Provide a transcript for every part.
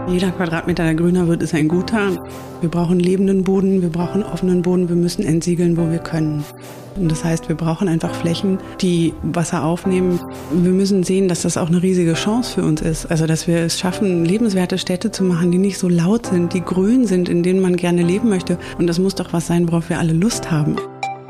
Jeder Quadratmeter, der grüner wird, ist ein guter. Wir brauchen lebenden Boden, wir brauchen offenen Boden, wir müssen entsiegeln, wo wir können. Und das heißt, wir brauchen einfach Flächen, die Wasser aufnehmen. Wir müssen sehen, dass das auch eine riesige Chance für uns ist. Also, dass wir es schaffen, lebenswerte Städte zu machen, die nicht so laut sind, die grün sind, in denen man gerne leben möchte. Und das muss doch was sein, worauf wir alle Lust haben.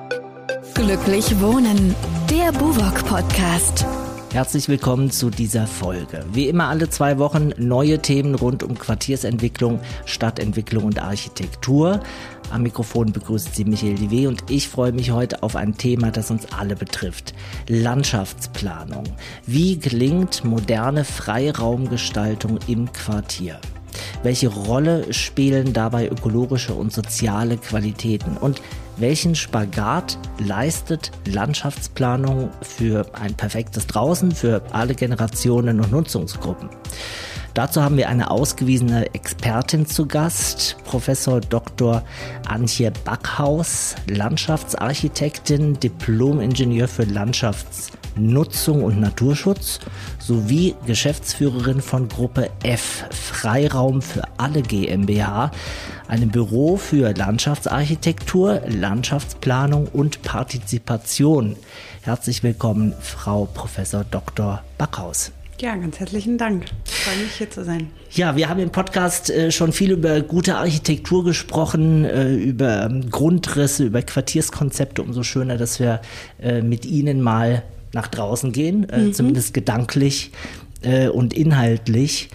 Glücklich wohnen, der BUWOG-Podcast. Herzlich willkommen zu dieser Folge. Wie immer alle 2 Wochen neue Themen rund um Quartiersentwicklung, Stadtentwicklung und Architektur. Am Mikrofon begrüßt Sie Michael Diwe und ich freue mich heute auf ein Thema, das uns alle betrifft. Landschaftsplanung. Wie gelingt moderne Freiraumgestaltung im Quartier? Welche Rolle spielen dabei ökologische und soziale Qualitäten? Und welchen Spagat leistet Landschaftsplanung für ein perfektes Draußen, für alle Generationen und Nutzungsgruppen? Dazu haben wir eine ausgewiesene Expertin zu Gast, Professor Dr. Antje Backhaus, Landschaftsarchitektin, Diplom-Ingenieur für Landschaftsnutzung und Naturschutz sowie Geschäftsführerin von Gruppe F, Freiraum für alle GmbH, einem Büro für Landschaftsarchitektur, Landschaftsplanung und Partizipation. Herzlich willkommen, Frau Professor Dr. Backhaus. Ja, ganz herzlichen Dank. Ich freue mich, hier zu sein. Ja, wir haben im Podcast schon viel über gute Architektur gesprochen, über Grundrisse, über Quartierskonzepte. Umso schöner, dass wir mit Ihnen mal nach draußen gehen, zumindest gedanklich und inhaltlich.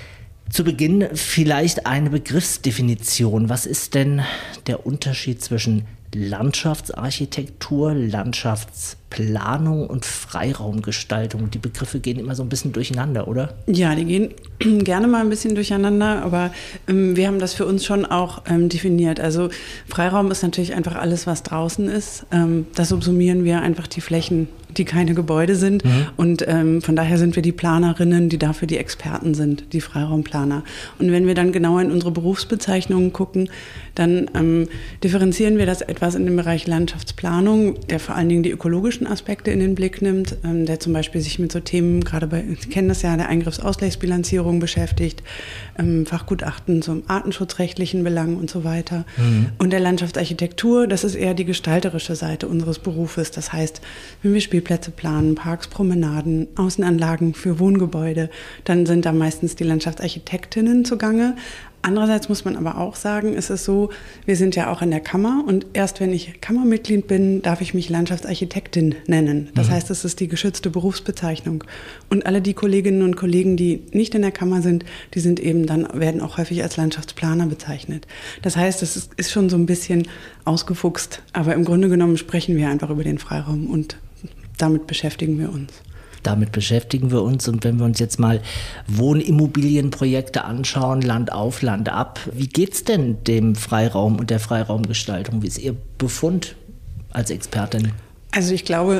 Zu Beginn vielleicht eine Begriffsdefinition. Was ist denn der Unterschied zwischen Landschaftsarchitektur, Landschaftsplanung und Freiraumgestaltung? Die Begriffe gehen immer so ein bisschen durcheinander, oder? Ja, die gehen gerne mal ein bisschen durcheinander, aber wir haben das für uns schon auch definiert. Also Freiraum ist natürlich einfach alles, was draußen ist. Da subsumieren wir einfach die Flächen, die keine Gebäude sind. Und von daher sind wir die Planerinnen, die dafür die Experten sind, die Freiraumplaner. Und wenn wir dann genauer in unsere Berufsbezeichnungen gucken, dann differenzieren wir das etwas in dem Bereich Landschaftsplanung, der vor allen Dingen die ökologischen Aspekte in den Blick nimmt, der zum Beispiel sich mit so Themen, gerade bei, Sie kennen das ja, der Eingriffsausgleichsbilanzierung beschäftigt, Fachgutachten zum artenschutzrechtlichen Belangen und so weiter. Und der Landschaftsarchitektur, das ist eher die gestalterische Seite unseres Berufes. Das heißt, wenn wir Spielplätze planen, Parks, Promenaden, Außenanlagen für Wohngebäude, dann sind da meistens die Landschaftsarchitektinnen zugange. Andererseits muss man aber auch sagen, es ist so, wir sind ja auch in der Kammer und erst wenn ich Kammermitglied bin, darf ich mich Landschaftsarchitektin nennen. Das heißt, es ist die geschützte Berufsbezeichnung. Und alle die Kolleginnen und Kollegen, die nicht in der Kammer sind, die sind eben dann, werden auch häufig als Landschaftsplaner bezeichnet. Das heißt, es ist schon so ein bisschen ausgefuchst, aber im Grunde genommen sprechen wir einfach über den Freiraum und damit beschäftigen wir uns. Damit beschäftigen wir uns. Und wenn wir uns jetzt mal Wohnimmobilienprojekte anschauen, Land auf, Land ab, wie geht's denn dem Freiraum und der Freiraumgestaltung? Wie ist Ihr Befund als Expertin? Also ich glaube,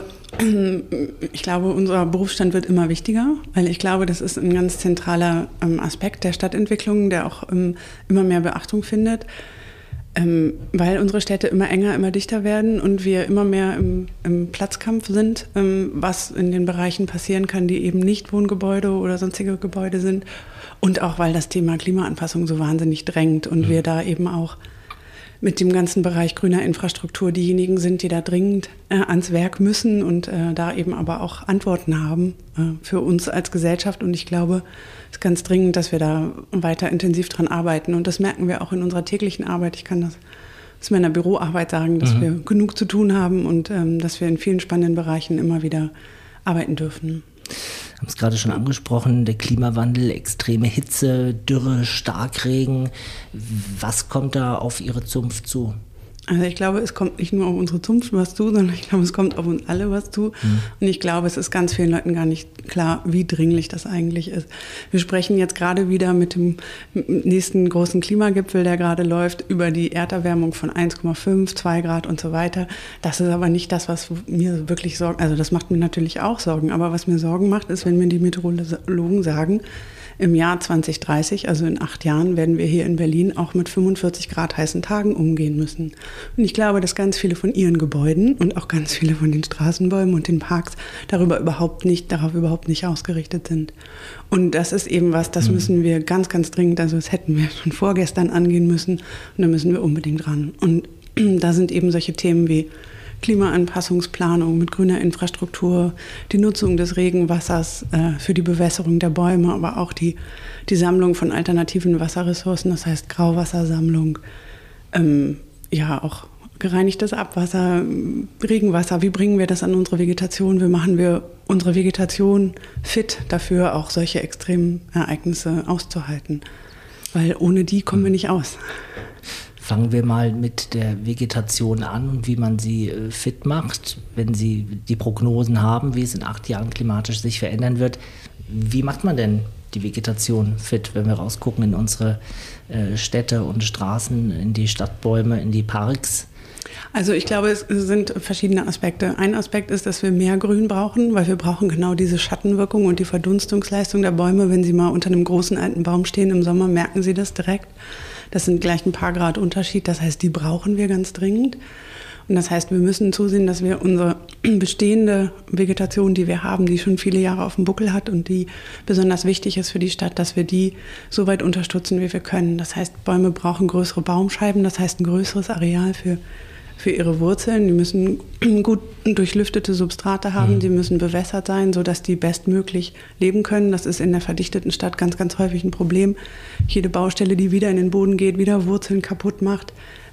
unser Berufsstand wird immer wichtiger, weil ich glaube, das ist ein ganz zentraler Aspekt der Stadtentwicklung, der auch immer mehr Beachtung findet. Weil unsere Städte immer enger, immer dichter werden und wir immer mehr im Platzkampf sind, was in den Bereichen passieren kann, die eben nicht Wohngebäude oder sonstige Gebäude sind. Und auch, weil das Thema Klimaanpassung so wahnsinnig drängt und wir da eben auch mit dem ganzen Bereich grüner Infrastruktur diejenigen sind, die da dringend ans Werk müssen und da eben aber auch Antworten haben für uns als Gesellschaft. Und ich glaube, es ist ganz dringend, dass wir da weiter intensiv dran arbeiten. Und das merken wir auch in unserer täglichen Arbeit. Ich kann das aus meiner Büroarbeit sagen, dass wir genug zu tun haben und dass wir in vielen spannenden Bereichen immer wieder arbeiten dürfen. Wir haben es gerade schon angesprochen, der Klimawandel, extreme Hitze, Dürre, Starkregen. Was kommt da auf Ihre Zunft zu? Also ich glaube, es kommt nicht nur auf unsere Zunft was zu, sondern ich glaube, es kommt auf uns alle was zu. Und ich glaube, es ist ganz vielen Leuten gar nicht klar, wie dringlich das eigentlich ist. Wir sprechen jetzt gerade wieder mit dem nächsten großen Klimagipfel, der gerade läuft, über die Erderwärmung von 1,5, 2 Grad und so weiter. Das ist aber nicht das, was mir wirklich Sorgen, also das macht mir natürlich auch Sorgen, aber was mir Sorgen macht, ist, wenn mir die Meteorologen sagen, im Jahr 2030, also in 8 Jahren, werden wir hier in Berlin auch mit 45 Grad heißen Tagen umgehen müssen. Und ich glaube, dass ganz viele von Ihren Gebäuden und auch ganz viele von den Straßenbäumen und den Parks darauf überhaupt nicht ausgerichtet sind. Und das ist eben was, das müssen wir ganz, ganz dringend, also das hätten wir schon vorgestern angehen müssen und da müssen wir unbedingt ran. Und da sind eben solche Themen wie Klimaanpassungsplanung mit grüner Infrastruktur, die Nutzung des Regenwassers für die Bewässerung der Bäume, aber auch die Sammlung von alternativen Wasserressourcen, das heißt Grauwassersammlung, auch gereinigtes Abwasser, Regenwasser, wie bringen wir das an unsere Vegetation, wie machen wir unsere Vegetation fit dafür, auch solche extremen Ereignisse auszuhalten, weil ohne die kommen wir nicht aus. Fangen wir mal mit der Vegetation an und wie man sie fit macht, wenn Sie die Prognosen haben, wie es in 8 Jahren klimatisch sich verändern wird. Wie macht man denn die Vegetation fit, wenn wir rausgucken in unsere Städte und Straßen, in die Stadtbäume, in die Parks? Also ich glaube, es sind verschiedene Aspekte. Ein Aspekt ist, dass wir mehr Grün brauchen, weil wir brauchen genau diese Schattenwirkung und die Verdunstungsleistung der Bäume. Wenn Sie mal unter einem großen alten Baum stehen im Sommer, merken Sie das direkt. Das sind gleich ein paar Grad Unterschied. Das heißt, die brauchen wir ganz dringend. Und das heißt, wir müssen zusehen, dass wir unsere bestehende Vegetation, die wir haben, die schon viele Jahre auf dem Buckel hat und die besonders wichtig ist für die Stadt, dass wir die so weit unterstützen, wie wir können. Das heißt, Bäume brauchen größere Baumscheiben, das heißt ein größeres Areal für ihre Wurzeln. Die müssen gut durchlüftete Substrate haben, die müssen bewässert sein, sodass die bestmöglich leben können. Das ist in der verdichteten Stadt ganz, ganz häufig ein Problem. Jede Baustelle, die wieder in den Boden geht, wieder Wurzeln kaputt macht,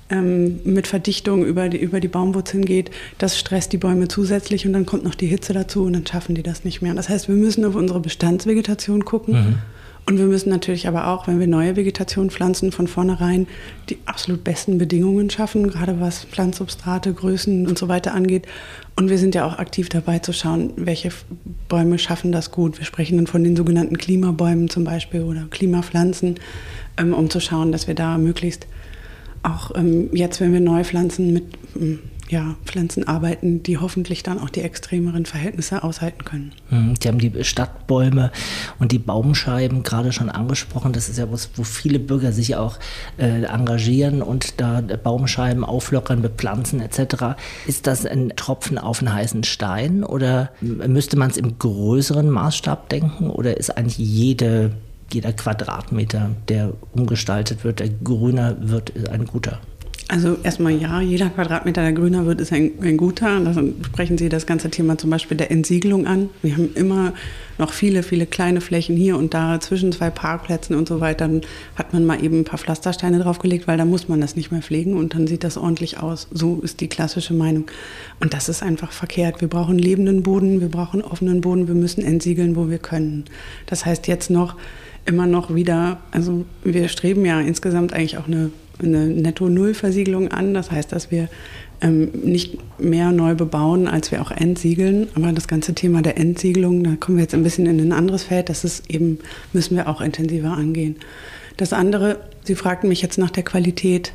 mit Verdichtung über die Baumwurzeln geht, das stresst die Bäume zusätzlich und dann kommt noch die Hitze dazu und dann schaffen die das nicht mehr. Das heißt, wir müssen auf unsere Bestandsvegetation gucken. Und wir müssen natürlich aber auch, wenn wir neue Vegetation pflanzen, von vornherein die absolut besten Bedingungen schaffen, gerade was Pflanzsubstrate, Größen und so weiter angeht. Und wir sind ja auch aktiv dabei zu schauen, welche Bäume schaffen das gut. Wir sprechen dann von den sogenannten Klimabäumen zum Beispiel oder Klimapflanzen, um zu schauen, dass wir da möglichst auch jetzt, wenn wir neu pflanzen, mit Pflanzen arbeiten, die hoffentlich dann auch die extremeren Verhältnisse aushalten können. Die haben die Stadtbäume und die Baumscheiben gerade schon angesprochen. Das ist ja was, wo viele Bürger sich auch engagieren und da Baumscheiben auflockern, bepflanzen etc. Ist das ein Tropfen auf einen heißen Stein oder müsste man es im größeren Maßstab denken oder ist eigentlich jeder Quadratmeter, der umgestaltet wird, der grüner wird, ist ein guter? Also erstmal ja, jeder Quadratmeter, der grüner wird, ist ein guter. Da sprechen Sie das ganze Thema zum Beispiel der Entsiegelung an. Wir haben immer noch viele, viele kleine Flächen hier und da zwischen 2 Parkplätzen und so weiter. Dann hat man mal eben ein paar Pflastersteine draufgelegt, weil da muss man das nicht mehr pflegen und dann sieht das ordentlich aus. So ist die klassische Meinung. Und das ist einfach verkehrt. Wir brauchen lebenden Boden, wir brauchen offenen Boden, wir müssen entsiegeln, wo wir können. Das heißt jetzt immer noch wieder, also wir streben ja insgesamt eigentlich auch eine Netto-Null-Versiegelung an. Das heißt, dass wir nicht mehr neu bebauen, als wir auch entsiegeln. Aber das ganze Thema der Entsiegelung, da kommen wir jetzt ein bisschen in ein anderes Feld. Das ist eben, müssen wir auch intensiver angehen. Das andere, Sie fragten mich jetzt nach der Qualität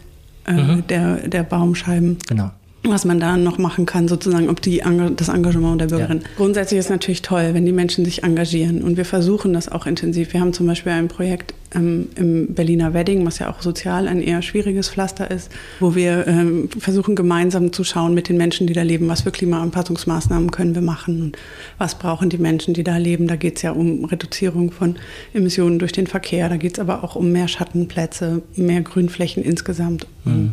der Baumscheiben. Genau. Was man da noch machen kann, sozusagen, ob das Engagement der Bürgerin. Ja. Grundsätzlich ist natürlich toll, wenn die Menschen sich engagieren und wir versuchen das auch intensiv. Wir haben zum Beispiel ein Projekt im Berliner Wedding, was ja auch sozial ein eher schwieriges Pflaster ist, wo wir versuchen gemeinsam zu schauen mit den Menschen, die da leben, was für Klimaanpassungsmaßnahmen können wir machen und was brauchen die Menschen, die da leben. Da geht es ja um Reduzierung von Emissionen durch den Verkehr, da geht es aber auch um mehr Schattenplätze, mehr Grünflächen insgesamt.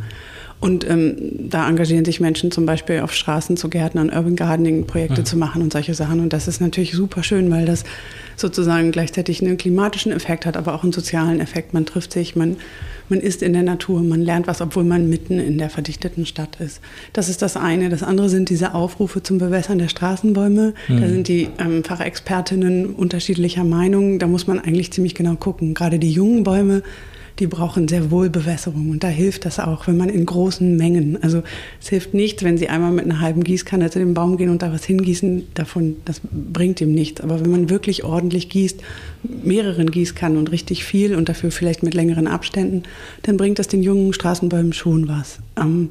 Und da engagieren sich Menschen zum Beispiel auf Straßen zu Gärtnern, Urban Gardening-Projekte zu machen und solche Sachen. Und das ist natürlich super schön, weil das sozusagen gleichzeitig einen klimatischen Effekt hat, aber auch einen sozialen Effekt. Man trifft sich, man ist in der Natur, man lernt was, obwohl man mitten in der verdichteten Stadt ist. Das ist das eine. Das andere sind diese Aufrufe zum Bewässern der Straßenbäume. Da sind die Fachexpertinnen unterschiedlicher Meinung. Da muss man eigentlich ziemlich genau gucken. Gerade die jungen Bäume, die brauchen sehr wohl Bewässerung und da hilft das auch, wenn man in großen Mengen, also es hilft nichts, wenn Sie einmal mit einer halben Gießkanne zu dem Baum gehen und da was hingießen, das bringt ihm nichts. Aber wenn man wirklich ordentlich gießt, mehreren Gießkannen und richtig viel und dafür vielleicht mit längeren Abständen, dann bringt das den jungen Straßenbäumen schon was.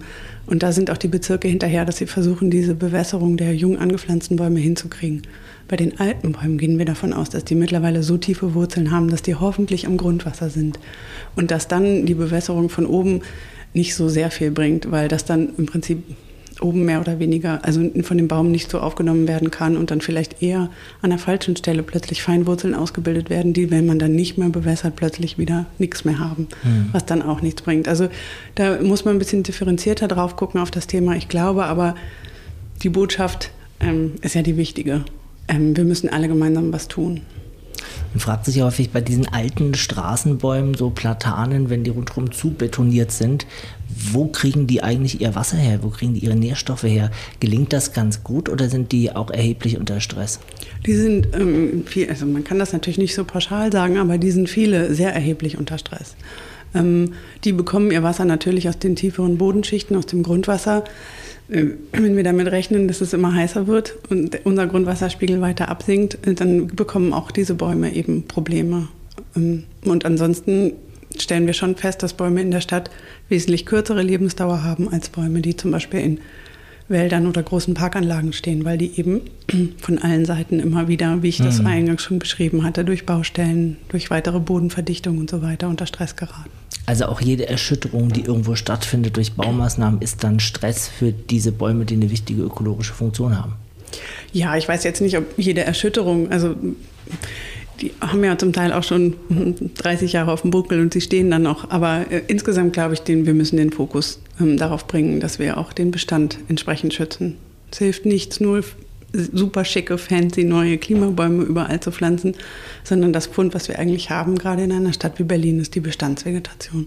Und da sind auch die Bezirke hinterher, dass sie versuchen, diese Bewässerung der jung angepflanzten Bäume hinzukriegen. bei den alten Bäumen gehen wir davon aus, dass die mittlerweile so tiefe Wurzeln haben, dass die hoffentlich am Grundwasser sind. Und dass dann die Bewässerung von oben nicht so sehr viel bringt, weil das dann im Prinzip oben mehr oder weniger, also von dem Baum nicht so aufgenommen werden kann und dann vielleicht eher an der falschen Stelle plötzlich Feinwurzeln ausgebildet werden, die, wenn man dann nicht mehr bewässert, plötzlich wieder nichts mehr haben, was dann auch nichts bringt. Also da muss man ein bisschen differenzierter drauf gucken auf das Thema. Ich glaube aber, die Botschaft ist ja die wichtige. Wir müssen alle gemeinsam was tun. Man fragt sich häufig bei diesen alten Straßenbäumen, so Platanen, wenn die rundherum zu betoniert sind, wo kriegen die eigentlich ihr Wasser her? Wo kriegen die ihre Nährstoffe her? Gelingt das ganz gut oder sind die auch erheblich unter Stress? Die sind viel, also man kann das natürlich nicht so pauschal sagen, aber die sind viele sehr erheblich unter Stress. Die bekommen ihr Wasser natürlich aus den tieferen Bodenschichten, aus dem Grundwasser. Wenn wir damit rechnen, dass es immer heißer wird und unser Grundwasserspiegel weiter absinkt, dann bekommen auch diese Bäume eben Probleme. Und ansonsten stellen wir schon fest, dass Bäume in der Stadt wesentlich kürzere Lebensdauer haben als Bäume, die zum Beispiel in Wäldern oder großen Parkanlagen stehen, weil die eben von allen Seiten immer wieder, wie ich das eingangs schon beschrieben hatte, durch Baustellen, durch weitere Bodenverdichtung und so weiter unter Stress geraten. Also auch jede Erschütterung, die irgendwo stattfindet durch Baumaßnahmen, ist dann Stress für diese Bäume, die eine wichtige ökologische Funktion haben. Ja, ich weiß jetzt nicht, ob jede Erschütterung, also die haben ja zum Teil auch schon 30 Jahre auf dem Buckel und sie stehen dann noch. Aber insgesamt glaube ich, wir müssen den Fokus darauf bringen, dass wir auch den Bestand entsprechend schützen. Es hilft nichts, nur super schicke, fancy neue Klimabäume überall zu pflanzen, sondern das Pfund, was wir eigentlich haben, gerade in einer Stadt wie Berlin, ist die Bestandsvegetation.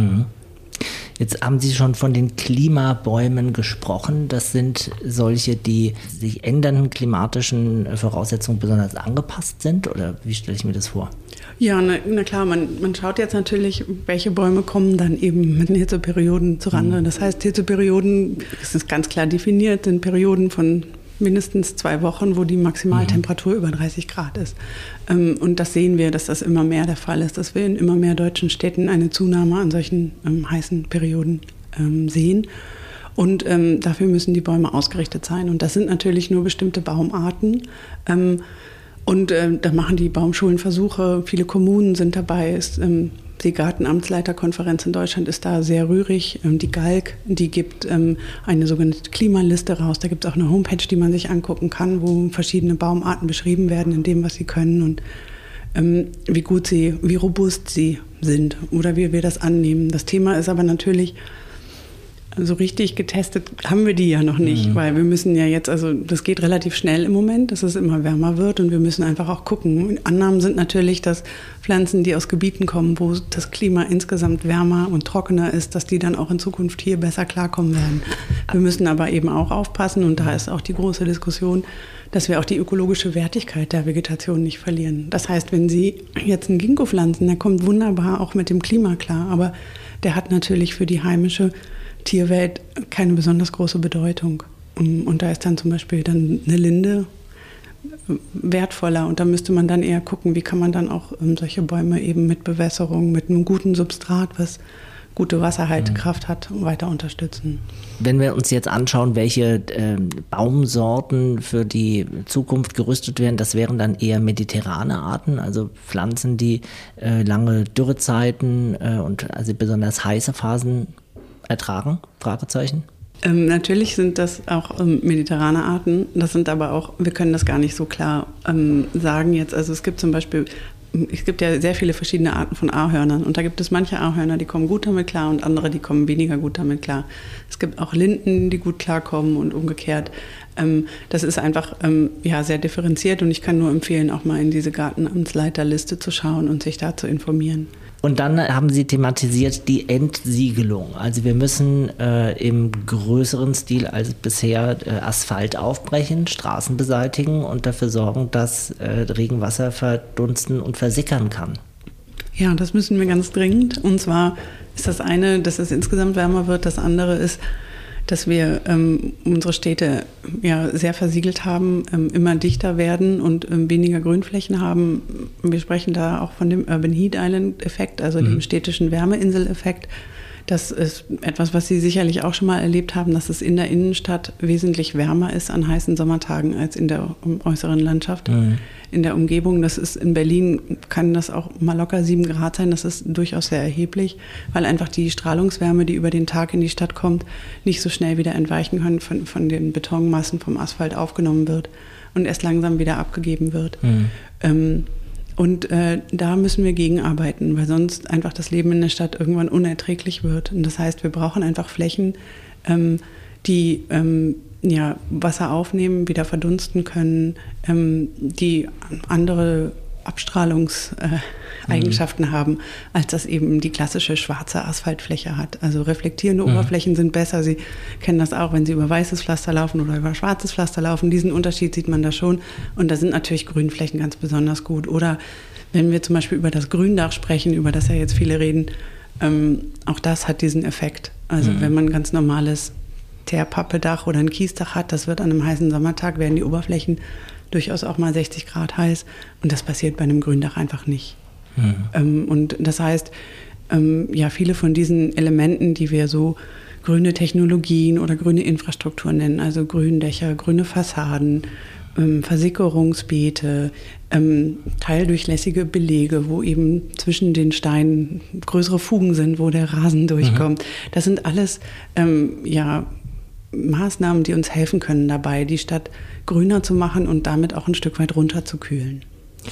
Jetzt haben Sie schon von den Klimabäumen gesprochen. Das sind solche, die sich ändernden klimatischen Voraussetzungen besonders angepasst sind? Oder wie stelle ich mir das vor? Ja, na klar, man schaut jetzt natürlich, welche Bäume kommen dann eben mit den Hitzeperioden zurande. Das heißt, Hitzeperioden, das ist ganz klar definiert, sind Perioden von mindestens 2 Wochen, wo die Maximaltemperatur über 30 Grad ist. Und das sehen wir, dass das immer mehr der Fall ist, dass wir in immer mehr deutschen Städten eine Zunahme an solchen heißen Perioden sehen. Und dafür müssen die Bäume ausgerichtet sein. Und das sind natürlich nur bestimmte Baumarten. Da machen die Baumschulen Versuche. Viele Kommunen sind dabei. Die Gartenamtsleiterkonferenz in Deutschland ist da sehr rührig. Die GALK, die gibt eine sogenannte Klimaliste raus. Da gibt es auch eine Homepage, die man sich angucken kann, wo verschiedene Baumarten beschrieben werden in dem, was sie können und wie robust sie sind oder wie wir das annehmen. Das Thema ist aber natürlich, so richtig getestet haben wir die ja noch nicht, weil wir müssen ja jetzt, also das geht relativ schnell im Moment, dass es immer wärmer wird und wir müssen einfach auch gucken. Annahmen sind natürlich, dass Pflanzen, die aus Gebieten kommen, wo das Klima insgesamt wärmer und trockener ist, dass die dann auch in Zukunft hier besser klarkommen werden. Wir müssen aber eben auch aufpassen und da ist auch die große Diskussion, dass wir auch die ökologische Wertigkeit der Vegetation nicht verlieren. Das heißt, wenn Sie jetzt einen Ginkgo pflanzen, der kommt wunderbar auch mit dem Klima klar, aber der hat natürlich für die heimische Tierwelt keine besonders große Bedeutung. Und da ist dann zum Beispiel dann eine Linde wertvoller. Und da müsste man dann eher gucken, wie kann man dann auch solche Bäume eben mit Bewässerung, mit einem guten Substrat, was gute Wasserhaltekraft hat, weiter unterstützen. Wenn wir uns jetzt anschauen, welche Baumsorten für die Zukunft gerüstet werden, das wären dann eher mediterrane Arten, also Pflanzen, die lange Dürrezeiten und also besonders heiße Phasen ertragen? Fragezeichen. Natürlich sind das auch mediterrane Arten. Das sind aber auch, wir können das gar nicht so klar sagen jetzt. Also es gibt ja sehr viele verschiedene Arten von Ahornern. Und da gibt es manche Ahorner, die kommen gut damit klar und andere, die kommen weniger gut damit klar. Es gibt auch Linden, die gut klarkommen und umgekehrt. Das ist einfach sehr differenziert und ich kann nur empfehlen, auch mal in diese Gartenamtsleiterliste zu schauen und sich da zu informieren. Und dann haben Sie thematisiert die Entsiegelung. Also wir müssen im größeren Stil als bisher Asphalt aufbrechen, Straßen beseitigen und dafür sorgen, dass Regenwasser verdunsten und versickern kann. Ja, das müssen wir ganz dringend. Und zwar ist das eine, dass es insgesamt wärmer wird. Das andere ist, dass wir unsere Städte sehr versiegelt haben, immer dichter werden und weniger Grünflächen haben. Wir sprechen da auch von dem Urban Heat Island Effekt, also dem städtischen Wärmeinsel-Effekt, Das ist etwas, was Sie sicherlich auch schon mal erlebt haben, dass es in der Innenstadt wesentlich wärmer ist an heißen Sommertagen als in der äußeren Landschaft, in der Umgebung. Das ist in Berlin, kann das auch mal locker 7 Grad sein. Das ist durchaus sehr erheblich, weil einfach die Strahlungswärme, die über den Tag in die Stadt kommt, nicht so schnell wieder entweichen kann, von den Betonmassen vom Asphalt aufgenommen wird und erst langsam wieder abgegeben wird. Und da müssen wir gegenarbeiten, weil sonst einfach das Leben in der Stadt irgendwann unerträglich wird. Und das heißt, wir brauchen einfach Flächen, die Wasser aufnehmen, wieder verdunsten können, die andere Abstrahlungseigenschaften haben, als das eben die klassische schwarze Asphaltfläche hat. Also reflektierende Oberflächen sind besser. Sie kennen das auch, wenn Sie über weißes Pflaster laufen oder über schwarzes Pflaster laufen. Diesen Unterschied sieht man da schon. Und da sind natürlich Grünflächen ganz besonders gut. Oder wenn wir zum Beispiel über das Gründach sprechen, über das ja jetzt viele reden, auch das hat diesen Effekt. Also wenn man ein ganz normales Teerpappedach oder ein Kiesdach hat, das wird an einem heißen Sommertag, werden die Oberflächen durchaus auch mal 60 Grad heiß. Und das passiert bei einem Gründach einfach nicht. Und das heißt, viele von diesen Elementen, die wir so grüne Technologien oder grüne Infrastruktur nennen, also Gründächer, grüne Fassaden, Versickerungsbeete, teildurchlässige Belege, wo eben zwischen den Steinen größere Fugen sind, wo der Rasen durchkommt. Das sind alles Maßnahmen, die uns helfen können dabei, die Stadt grüner zu machen und damit auch ein Stück weit runterzukühlen.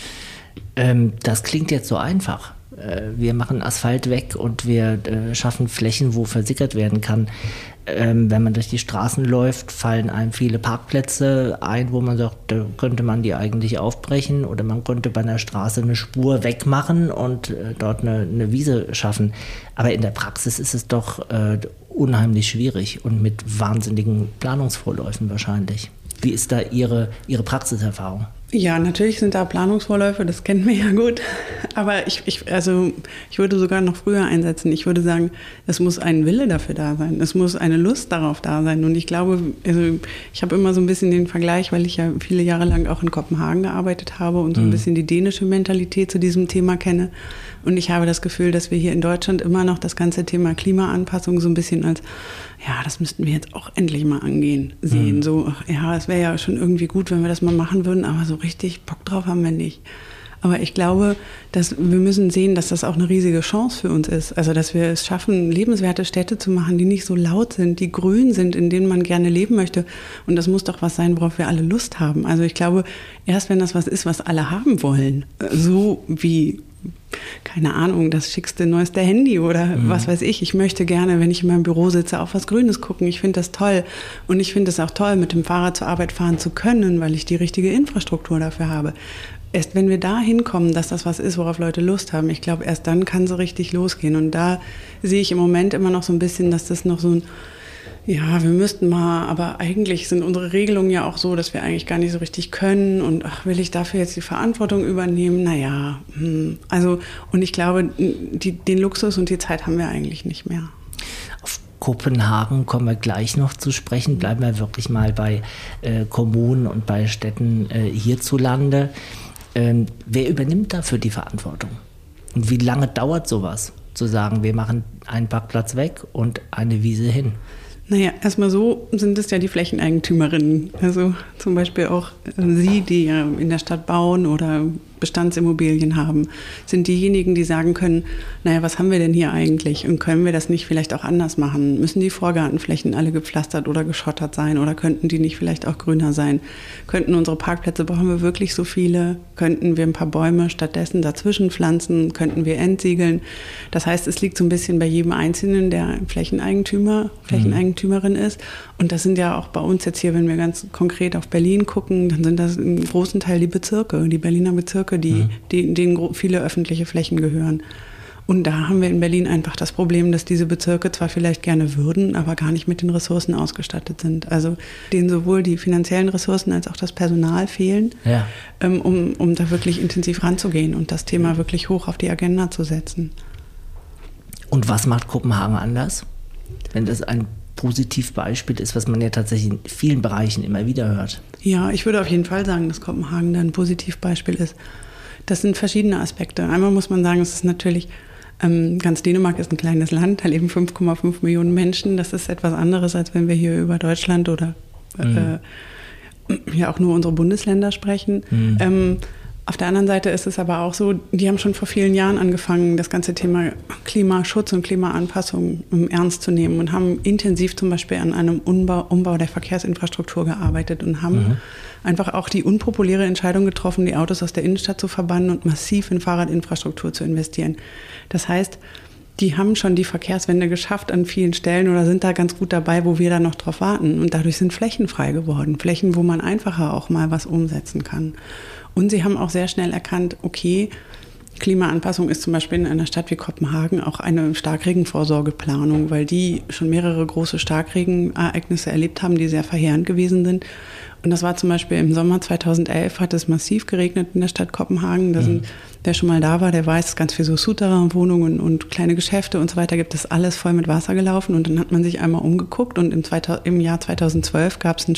Das klingt jetzt so einfach. Wir machen Asphalt weg und wir schaffen Flächen, wo versickert werden kann. Wenn man durch die Straßen läuft, fallen einem viele Parkplätze ein, wo man sagt, da könnte man die eigentlich aufbrechen oder man könnte bei einer Straße eine Spur wegmachen und dort eine Wiese schaffen. Aber in der Praxis ist es doch unheimlich schwierig und mit wahnsinnigen Planungsvorläufen wahrscheinlich. Wie ist da Ihre Praxiserfahrung? Ja, natürlich sind da Planungsvorläufe, das kennen wir ja gut. Aber ich würde sogar noch früher einsetzen. Ich würde sagen, es muss ein Wille dafür da sein. Es muss eine Lust darauf da sein. Und ich glaube, ich habe immer so ein bisschen den Vergleich, weil ich ja viele Jahre lang auch in Kopenhagen gearbeitet habe und so ein bisschen die dänische Mentalität zu diesem Thema kenne. Und ich habe das Gefühl, dass wir hier in Deutschland immer noch das ganze Thema Klimaanpassung so ein bisschen als, ja, das müssten wir jetzt auch endlich mal angehen, sehen. So, ja, es wäre ja schon irgendwie gut, wenn wir das mal machen würden, aber so richtig Bock drauf haben wir nicht. Aber ich glaube, dass wir müssen sehen, dass das auch eine riesige Chance für uns ist. Also, dass wir es schaffen, lebenswerte Städte zu machen, die nicht so laut sind, die grün sind, in denen man gerne leben möchte. Und das muss doch was sein, worauf wir alle Lust haben. Also ich glaube, erst wenn das was ist, was alle haben wollen, so wie, keine Ahnung, das schickste, neueste Handy oder was weiß ich. Ich möchte gerne, wenn ich in meinem Büro sitze, auf was Grünes gucken. Ich finde das toll. Und ich finde es auch toll, mit dem Fahrrad zur Arbeit fahren zu können, weil ich die richtige Infrastruktur dafür habe. Erst wenn wir da hinkommen, dass das was ist, worauf Leute Lust haben, ich glaube, erst dann kann es richtig losgehen. Und da sehe ich im Moment immer noch so ein bisschen, dass das noch so ein, ja, wir müssten mal, aber eigentlich sind unsere Regelungen ja auch so, dass wir eigentlich gar nicht so richtig können. Und ach, will ich dafür jetzt die Verantwortung übernehmen? Naja, also, und ich glaube, den Luxus und die Zeit haben wir eigentlich nicht mehr. Auf Kopenhagen kommen wir gleich noch zu sprechen. Bleiben wir wirklich mal bei Kommunen und bei Städten hierzulande. Wer übernimmt dafür die Verantwortung? Und wie lange dauert sowas, zu sagen, wir machen einen Parkplatz weg und eine Wiese hin? Naja, erstmal so sind es ja die Flächeneigentümerinnen. Also zum Beispiel auch Sie, die ja in der Stadt bauen oder Bestandsimmobilien haben, sind diejenigen, die sagen können, naja, was haben wir denn hier eigentlich und können wir das nicht vielleicht auch anders machen? Müssen die Vorgartenflächen alle gepflastert oder geschottert sein oder könnten die nicht vielleicht auch grüner sein? Könnten unsere Parkplätze, brauchen wir wirklich so viele? Könnten wir ein paar Bäume stattdessen dazwischen pflanzen? Könnten wir entsiegeln? Das heißt, es liegt so ein bisschen bei jedem Einzelnen, der Flächeneigentümerin ist. Und das sind ja auch bei uns jetzt hier, wenn wir ganz konkret auf Berlin gucken, dann sind das im großen Teil die Bezirke, die Berliner Bezirke, denen viele öffentliche Flächen gehören. Und da haben wir in Berlin einfach das Problem, dass diese Bezirke zwar vielleicht gerne würden, aber gar nicht mit den Ressourcen ausgestattet sind. Also denen sowohl die finanziellen Ressourcen als auch das Personal fehlen, um da wirklich intensiv ranzugehen und das Thema wirklich hoch auf die Agenda zu setzen. Und was macht Kopenhagen anders, wenn das ein Positivbeispiel ist, was man ja tatsächlich in vielen Bereichen immer wieder hört? Ja, ich würde auf jeden Fall sagen, dass Kopenhagen da ein Positivbeispiel ist. Das sind verschiedene Aspekte. Einmal muss man sagen, es ist natürlich Ganz Dänemark ist ein kleines Land, da leben 5,5 Millionen Menschen. Das ist etwas anderes, als wenn wir hier über Deutschland oder ja auch nur unsere Bundesländer sprechen. Auf der anderen Seite ist es aber auch so, die haben schon vor vielen Jahren angefangen, das ganze Thema Klimaschutz und Klimaanpassung ernst zu nehmen und haben intensiv zum Beispiel an einem Umbau der Verkehrsinfrastruktur gearbeitet und haben einfach auch die unpopuläre Entscheidung getroffen, die Autos aus der Innenstadt zu verbannen und massiv in Fahrradinfrastruktur zu investieren. Das heißt, die haben schon die Verkehrswende geschafft an vielen Stellen oder sind da ganz gut dabei, wo wir da noch drauf warten. Und dadurch sind Flächen frei geworden. Flächen, wo man einfacher auch mal was umsetzen kann. Und sie haben auch sehr schnell erkannt, okay, Klimaanpassung ist zum Beispiel in einer Stadt wie Kopenhagen auch eine Starkregenvorsorgeplanung, weil die schon mehrere große Starkregenereignisse erlebt haben, die sehr verheerend gewesen sind. Und das war zum Beispiel im Sommer 2011, hat es massiv geregnet in der Stadt Kopenhagen. Wer schon mal da war, der weiß, ganz viel so Souterrain-Wohnungen und kleine Geschäfte und so weiter gibt es alles voll mit Wasser gelaufen. Und dann hat man sich einmal umgeguckt und im Jahr 2012 gab es einen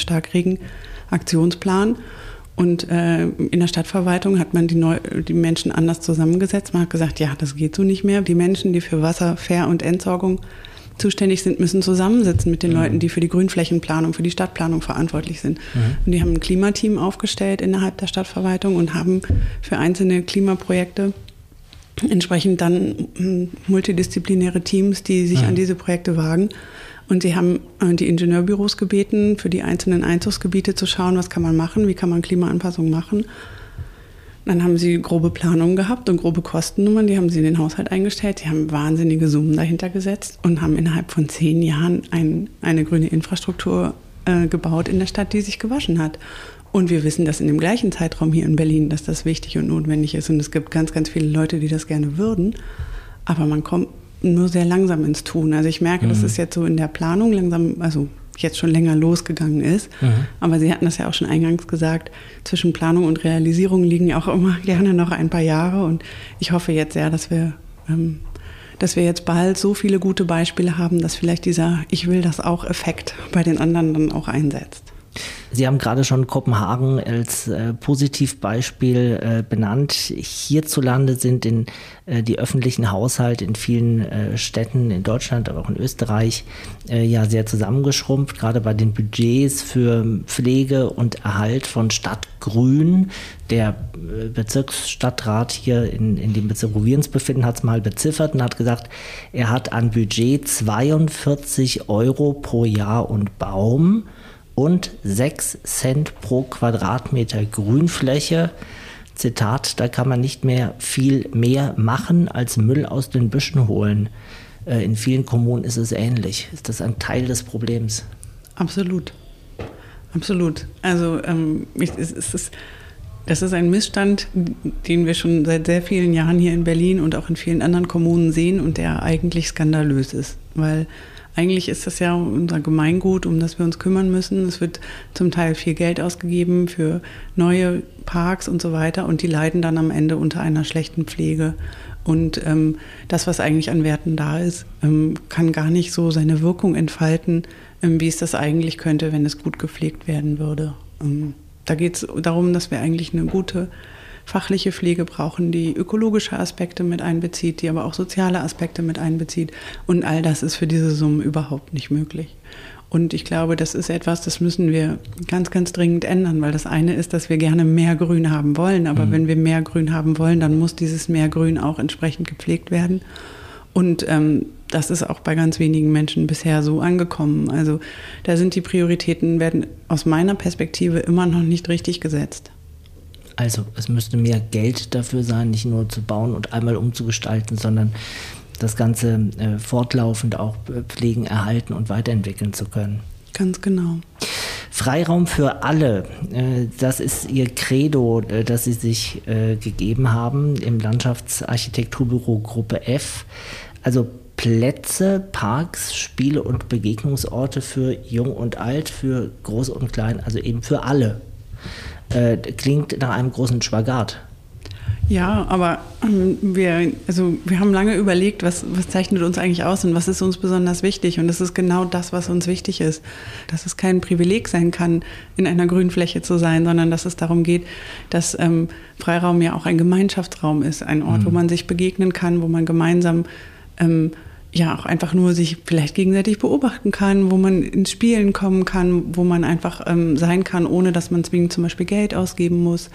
Starkregen-Aktionsplan. Und in der Stadtverwaltung hat man die Menschen anders zusammengesetzt. Man hat gesagt, ja, das geht so nicht mehr. Die Menschen, die für Wasser, Ver- und Entsorgung zuständig sind, müssen zusammensitzen mit den Leuten, die für die Grünflächenplanung, für die Stadtplanung verantwortlich sind. Und die haben ein Klimateam aufgestellt innerhalb der Stadtverwaltung und haben für einzelne Klimaprojekte entsprechend dann multidisziplinäre Teams, die sich an diese Projekte wagen. Und sie haben die Ingenieurbüros gebeten, für die einzelnen Einzugsgebiete zu schauen, was kann man machen, wie kann man Klimaanpassung machen. Dann haben sie grobe Planungen gehabt und grobe Kostennummern, die haben sie in den Haushalt eingestellt. Sie haben wahnsinnige Summen dahinter gesetzt und haben innerhalb von 10 Jahren eine grüne Infrastruktur gebaut in der Stadt, die sich gewaschen hat. Und wir wissen, dass in dem gleichen Zeitraum hier in Berlin, dass das wichtig und notwendig ist. Und es gibt ganz, ganz viele Leute, die das gerne würden. Aber man kommt nur sehr langsam ins Tun. Also ich merke, dass es jetzt so in der Planung langsam, also jetzt schon länger losgegangen ist. Aber Sie hatten das ja auch schon eingangs gesagt, zwischen Planung und Realisierung liegen ja auch immer gerne noch ein paar Jahre. Und ich hoffe jetzt sehr, dass wir jetzt bald so viele gute Beispiele haben, dass vielleicht dieser Ich will das auch Effekt bei den anderen dann auch einsetzt. Sie haben gerade schon Kopenhagen als Positivbeispiel benannt. Hierzulande sind die öffentlichen Haushalte in vielen Städten in Deutschland, aber auch in Österreich ja sehr zusammengeschrumpft, gerade bei den Budgets für Pflege und Erhalt von Stadtgrün. Der Bezirksstadtrat hier in dem Bezirk, wo wir uns befinden, hat es mal beziffert und hat gesagt, er hat an Budget 42 € pro Jahr und Baum und 6 Cent pro Quadratmeter Grünfläche. Zitat, da kann man nicht mehr viel mehr machen, als Müll aus den Büschen holen. In vielen Kommunen ist es ähnlich. Ist das ein Teil des Problems? Absolut. Absolut. Also das ist ein Missstand, den wir schon seit sehr vielen Jahren hier in Berlin und auch in vielen anderen Kommunen sehen und der eigentlich skandalös ist, weil eigentlich ist das ja unser Gemeingut, um das wir uns kümmern müssen. Es wird zum Teil viel Geld ausgegeben für neue Parks und so weiter und die leiden dann am Ende unter einer schlechten Pflege. Und das, was eigentlich an Werten da ist, kann gar nicht so seine Wirkung entfalten, wie es das eigentlich könnte, wenn es gut gepflegt werden würde. Da geht es darum, dass wir eigentlich eine gute fachliche Pflege brauchen, die ökologische Aspekte mit einbezieht, die aber auch soziale Aspekte mit einbezieht. Und all das ist für diese Summen überhaupt nicht möglich. Und ich glaube, das ist etwas, das müssen wir ganz, ganz dringend ändern, weil das eine ist, dass wir gerne mehr Grün haben wollen. Aber wenn wir mehr Grün haben wollen, dann muss dieses mehr Grün auch entsprechend gepflegt werden. Und das ist auch bei ganz wenigen Menschen bisher so angekommen. Also da sind die Prioritäten, werden aus meiner Perspektive immer noch nicht richtig gesetzt. Also es müsste mehr Geld dafür sein, nicht nur zu bauen und einmal umzugestalten, sondern das Ganze fortlaufend auch pflegen, erhalten und weiterentwickeln zu können. Ganz genau. Freiraum für alle, das ist Ihr Credo, das Sie sich gegeben haben im Landschaftsarchitekturbüro Gruppe F. Also Plätze, Parks, Spiele und Begegnungsorte für Jung und Alt, für Groß und Klein, also eben für alle. Klingt nach einem großen Spagat. Ja, aber wir haben lange überlegt, was zeichnet uns eigentlich aus und was ist uns besonders wichtig. Und das ist genau das, was uns wichtig ist. Dass es kein Privileg sein kann, in einer Grünfläche zu sein, sondern dass es darum geht, dass Freiraum ja auch ein Gemeinschaftsraum ist. Ein Ort, wo man sich begegnen kann, wo man gemeinsam auch einfach nur sich vielleicht gegenseitig beobachten kann, wo man ins Spielen kommen kann, wo man einfach sein kann, ohne dass man zwingend zum Beispiel Geld ausgeben muss.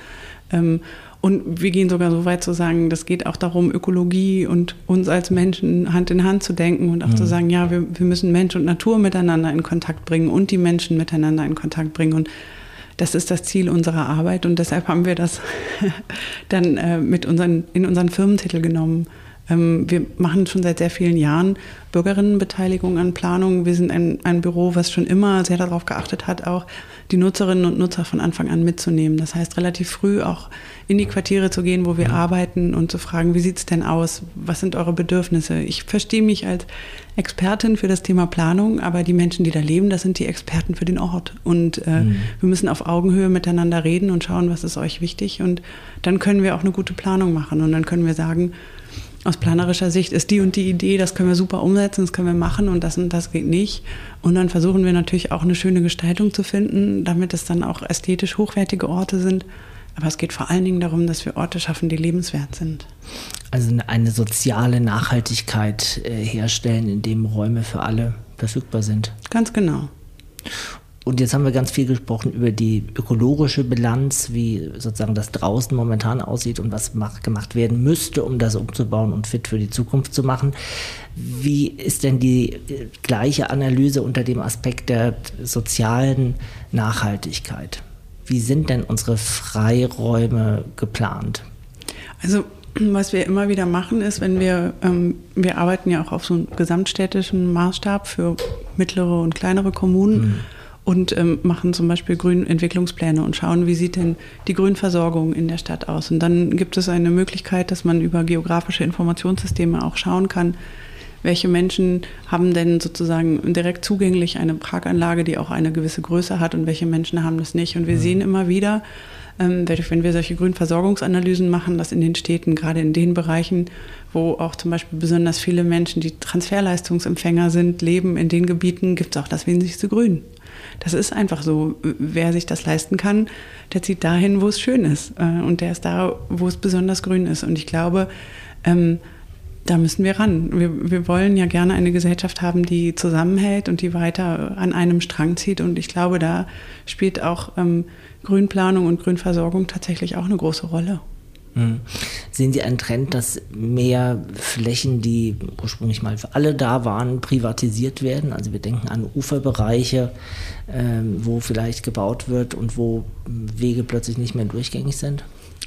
Und wir gehen sogar so weit zu sagen, das geht auch darum, Ökologie und uns als Menschen Hand in Hand zu denken und auch zu sagen, ja, wir müssen Mensch und Natur miteinander in Kontakt bringen und die Menschen miteinander in Kontakt bringen. Und das ist das Ziel unserer Arbeit und deshalb haben wir das dann in unseren Firmentitel genommen. Wir machen schon seit sehr vielen Jahren Bürgerinnenbeteiligung an Planung. Wir sind ein Büro, was schon immer sehr darauf geachtet hat, auch die Nutzerinnen und Nutzer von Anfang an mitzunehmen. Das heißt, relativ früh auch in die Quartiere zu gehen, wo wir arbeiten und zu fragen, wie sieht es denn aus? Was sind eure Bedürfnisse? Ich verstehe mich als Expertin für das Thema Planung, aber die Menschen, die da leben, das sind die Experten für den Ort. Und wir müssen auf Augenhöhe miteinander reden und schauen, was ist euch wichtig. Und dann können wir auch eine gute Planung machen. Und dann können wir sagen, aus planerischer Sicht ist die und die Idee, das können wir super umsetzen, das können wir machen und das geht nicht. Und dann versuchen wir natürlich auch eine schöne Gestaltung zu finden, damit es dann auch ästhetisch hochwertige Orte sind. Aber es geht vor allen Dingen darum, dass wir Orte schaffen, die lebenswert sind. Also eine soziale Nachhaltigkeit herstellen, in dem Räume für alle verfügbar sind. Ganz genau. Und jetzt haben wir ganz viel gesprochen über die ökologische Bilanz, wie sozusagen das draußen momentan aussieht und was gemacht werden müsste, um das umzubauen und fit für die Zukunft zu machen. Wie ist denn die gleiche Analyse unter dem Aspekt der sozialen Nachhaltigkeit? Wie sind denn unsere Freiräume geplant? Also was wir immer wieder machen ist, wenn wir arbeiten ja auch auf so einem gesamtstädtischen Maßstab für mittlere und kleinere Kommunen. Und machen zum Beispiel Grünentwicklungspläne und schauen, wie sieht denn die Grünversorgung in der Stadt aus. Und dann gibt es eine Möglichkeit, dass man über geografische Informationssysteme auch schauen kann, welche Menschen haben denn sozusagen direkt zugänglich eine Parkanlage, die auch eine gewisse Größe hat und welche Menschen haben das nicht. Und wir sehen immer wieder, wenn wir solche Grünversorgungsanalysen machen, dass in den Städten, gerade in den Bereichen, wo auch zum Beispiel besonders viele Menschen, die Transferleistungsempfänger sind, leben, in den Gebieten gibt es auch das wenigste Grün. Das ist einfach so. Wer sich das leisten kann, der zieht dahin, wo es schön ist. Und der ist da, wo es besonders grün ist. Und ich glaube, da müssen wir ran. Wir wollen ja gerne eine Gesellschaft haben, die zusammenhält und die weiter an einem Strang zieht. Und ich glaube, da spielt auch Grünplanung und Grünversorgung tatsächlich auch eine große Rolle. Sehen Sie einen Trend, dass mehr Flächen, die ursprünglich mal für alle da waren, privatisiert werden? Also wir denken an Uferbereiche, wo vielleicht gebaut wird und wo Wege plötzlich nicht mehr durchgängig sind?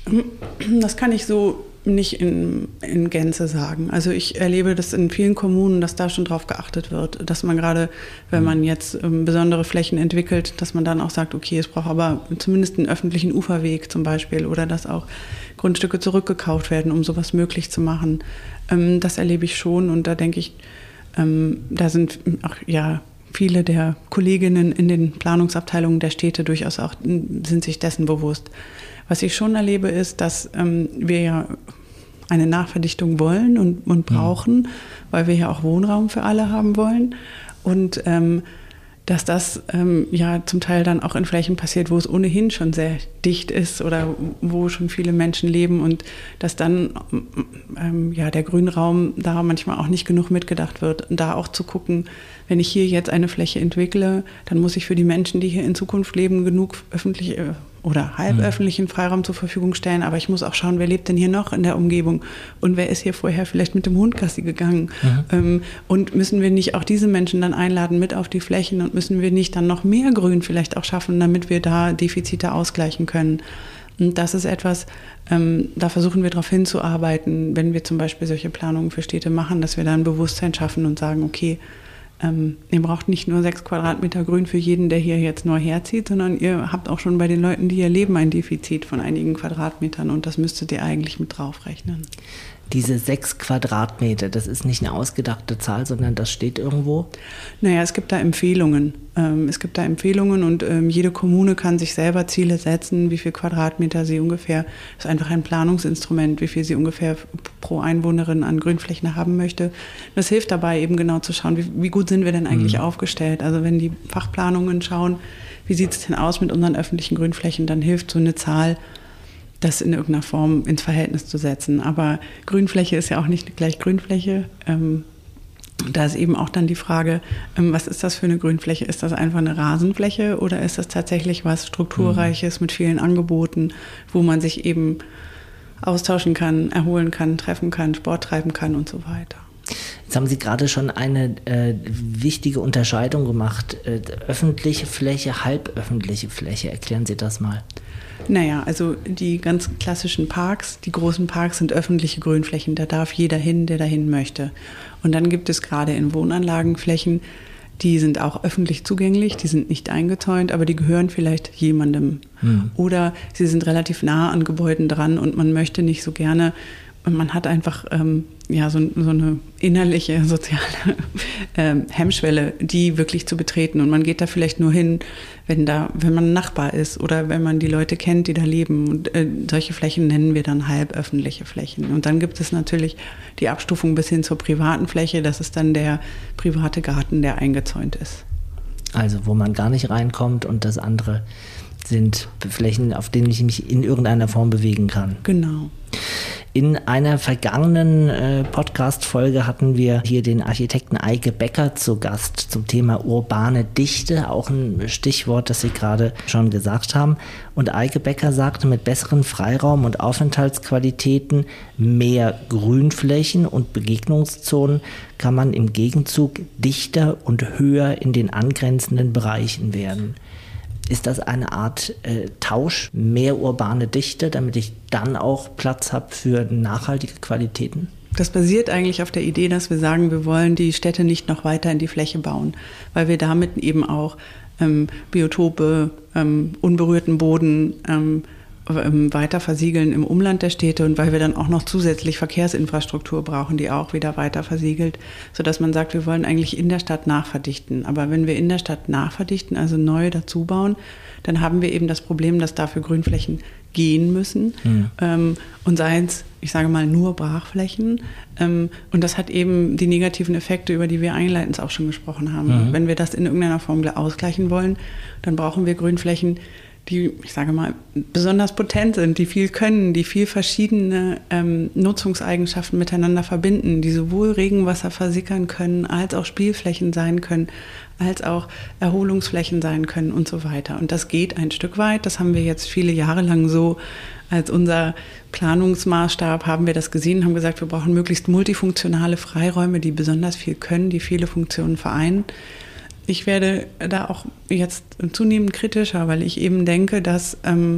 Das kann ich so nicht in Gänze sagen. Also ich erlebe das in vielen Kommunen, dass da schon drauf geachtet wird, dass man gerade, wenn man jetzt besondere Flächen entwickelt, dass man dann auch sagt, okay, es braucht aber zumindest einen öffentlichen Uferweg zum Beispiel oder dass auch Grundstücke zurückgekauft werden, um sowas möglich zu machen. Das erlebe ich schon und da denke ich, da sind auch viele der Kolleginnen in den Planungsabteilungen der Städte durchaus auch sind sich dessen bewusst. Was ich schon erlebe, ist, dass wir ja eine Nachverdichtung wollen und brauchen, weil wir ja auch Wohnraum für alle haben wollen. Und dass das zum Teil dann auch in Flächen passiert, wo es ohnehin schon sehr dicht ist oder wo schon viele Menschen leben und dass dann der Grünraum da manchmal auch nicht genug mitgedacht wird. Und da auch zu gucken, wenn ich hier jetzt eine Fläche entwickle, dann muss ich für die Menschen, die hier in Zukunft leben, genug öffentliche oder halböffentlichen Freiraum zur Verfügung stellen. Aber ich muss auch schauen, wer lebt denn hier noch in der Umgebung und wer ist hier vorher vielleicht mit dem Hund Gassi gegangen. Und müssen wir nicht auch diese Menschen dann einladen mit auf die Flächen und müssen wir nicht dann noch mehr Grün vielleicht auch schaffen, damit wir da Defizite ausgleichen können. Und das ist etwas, da versuchen wir darauf hinzuarbeiten, wenn wir zum Beispiel solche Planungen für Städte machen, dass wir da ein Bewusstsein schaffen und sagen, okay, ihr braucht nicht nur 6 Quadratmeter Grün für jeden, der hier jetzt neu herzieht, sondern ihr habt auch schon bei den Leuten, die hier leben, ein Defizit von einigen Quadratmetern und das müsstet ihr eigentlich mit draufrechnen. Diese 6 Quadratmeter, das ist nicht eine ausgedachte Zahl, sondern das steht irgendwo? Naja, es gibt da Empfehlungen. Und jede Kommune kann sich selber Ziele setzen, wie viel Quadratmeter sie ungefähr, das ist einfach ein Planungsinstrument, wie viel sie ungefähr pro Einwohnerin an Grünflächen haben möchte. Das hilft dabei eben genau zu schauen, wie gut sind wir denn eigentlich aufgestellt. Also wenn die Fachplanungen schauen, wie sieht es denn aus mit unseren öffentlichen Grünflächen, dann hilft so eine Zahl, das in irgendeiner Form ins Verhältnis zu setzen. Aber Grünfläche ist ja auch nicht gleich Grünfläche. Da ist eben auch dann die Frage, was ist das für eine Grünfläche? Ist das einfach eine Rasenfläche oder ist das tatsächlich was Strukturreiches mit vielen Angeboten, wo man sich eben austauschen kann, erholen kann, treffen kann, Sport treiben kann und so weiter? Jetzt haben Sie gerade schon eine wichtige Unterscheidung gemacht. Öffentliche Fläche, halböffentliche Fläche. Erklären Sie das mal. Naja, also die ganz klassischen Parks, die großen Parks sind öffentliche Grünflächen. Da darf jeder hin, der dahin möchte. Und dann gibt es gerade in Wohnanlagen Flächen, die sind auch öffentlich zugänglich, die sind nicht eingezäunt, aber die gehören vielleicht jemandem. Oder sie sind relativ nah an Gebäuden dran und man möchte nicht so gerne, man hat einfach so eine innerliche soziale Hemmschwelle, die wirklich zu betreten. Und man geht da vielleicht nur hin, wenn man ein Nachbar ist oder wenn man die Leute kennt, die da leben. Und solche Flächen nennen wir dann halböffentliche Flächen. Und dann gibt es natürlich die Abstufung bis hin zur privaten Fläche. Das ist dann der private Garten, der eingezäunt ist. Also wo man gar nicht reinkommt und das andere sind Flächen, auf denen ich mich in irgendeiner Form bewegen kann. Genau. In einer vergangenen Podcast-Folge hatten wir hier den Architekten Eike Becker zu Gast zum Thema urbane Dichte, auch ein Stichwort, das Sie gerade schon gesagt haben. Und Eike Becker sagte, mit besseren Freiraum- und Aufenthaltsqualitäten, mehr Grünflächen und Begegnungszonen kann man im Gegenzug dichter und höher in den angrenzenden Bereichen werden. Ist das eine Art Tausch, mehr urbane Dichte, damit ich dann auch Platz habe für nachhaltige Qualitäten? Das basiert eigentlich auf der Idee, dass wir sagen, wir wollen die Städte nicht noch weiter in die Fläche bauen, weil wir damit eben auch Biotope, unberührten Boden weiter versiegeln im Umland der Städte und weil wir dann auch noch zusätzlich Verkehrsinfrastruktur brauchen, die auch wieder weiter versiegelt, sodass man sagt, wir wollen eigentlich in der Stadt nachverdichten. Aber wenn wir in der Stadt nachverdichten, also neu dazu bauen, dann haben wir eben das Problem, dass dafür Grünflächen gehen müssen und seien es, ich sage mal, nur Brachflächen. Und das hat eben die negativen Effekte, über die wir einleitend auch schon gesprochen haben. Wenn wir das in irgendeiner Form ausgleichen wollen, dann brauchen wir Grünflächen, die, ich sage mal, besonders potent sind, die viel können, die viel verschiedene Nutzungseigenschaften miteinander verbinden, die sowohl Regenwasser versickern können, als auch Spielflächen sein können, als auch Erholungsflächen sein können und so weiter. Und das geht ein Stück weit. Das haben wir jetzt viele Jahre lang so als unser Planungsmaßstab haben wir das gesehen, haben gesagt, wir brauchen möglichst multifunktionale Freiräume, die besonders viel können, die viele Funktionen vereinen. Ich werde da auch jetzt zunehmend kritischer, weil ich eben denke, dass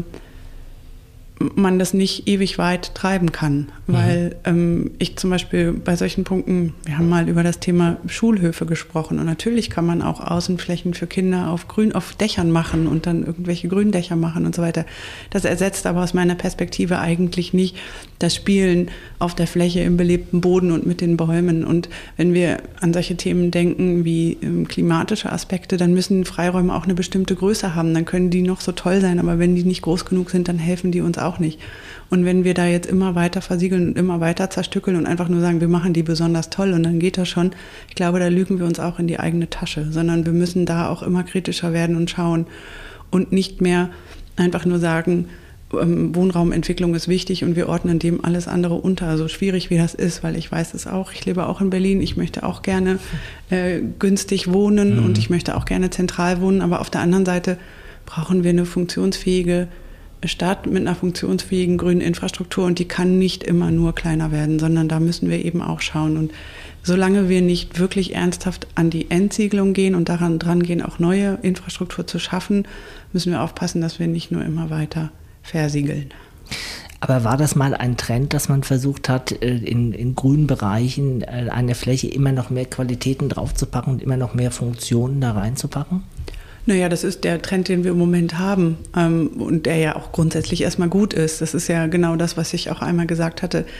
man das nicht ewig weit treiben kann. Weil ich zum Beispiel bei solchen Punkten, wir haben mal über das Thema Schulhöfe gesprochen und natürlich kann man auch Außenflächen für Kinder auf Dächern machen und dann irgendwelche Gründächer machen und so weiter. Das ersetzt aber aus meiner Perspektive eigentlich nicht das Spielen auf der Fläche im belebten Boden und mit den Bäumen. Und wenn wir an solche Themen denken wie klimatische Aspekte, dann müssen Freiräume auch eine bestimmte Größe haben. Dann können die noch so toll sein, aber wenn die nicht groß genug sind, dann helfen die uns auch nicht. Und wenn wir da jetzt immer weiter versiegeln und immer weiter zerstückeln und einfach nur sagen, wir machen die besonders toll und dann geht das schon, ich glaube, da lügen wir uns auch in die eigene Tasche, sondern wir müssen da auch immer kritischer werden und schauen und nicht mehr einfach nur sagen, Wohnraumentwicklung ist wichtig und wir ordnen dem alles andere unter, so schwierig wie das ist, weil ich weiß es auch, ich lebe auch in Berlin, ich möchte auch gerne günstig wohnen und ich möchte auch gerne zentral wohnen, aber auf der anderen Seite brauchen wir eine funktionsfähige Stadt mit einer funktionsfähigen grünen Infrastruktur und die kann nicht immer nur kleiner werden, sondern da müssen wir eben auch schauen. Und solange wir nicht wirklich ernsthaft an die Entsiegelung gehen und daran dran gehen, auch neue Infrastruktur zu schaffen, müssen wir aufpassen, dass wir nicht nur immer weiter versiegeln. Aber war das mal ein Trend, dass man versucht hat, in grünen Bereichen eine Fläche immer noch mehr Qualitäten draufzupacken und immer noch mehr Funktionen da reinzupacken? Naja, das ist der Trend, den wir im Moment haben und der ja auch grundsätzlich erstmal gut ist. Das ist ja genau das, was ich auch einmal gesagt hatte.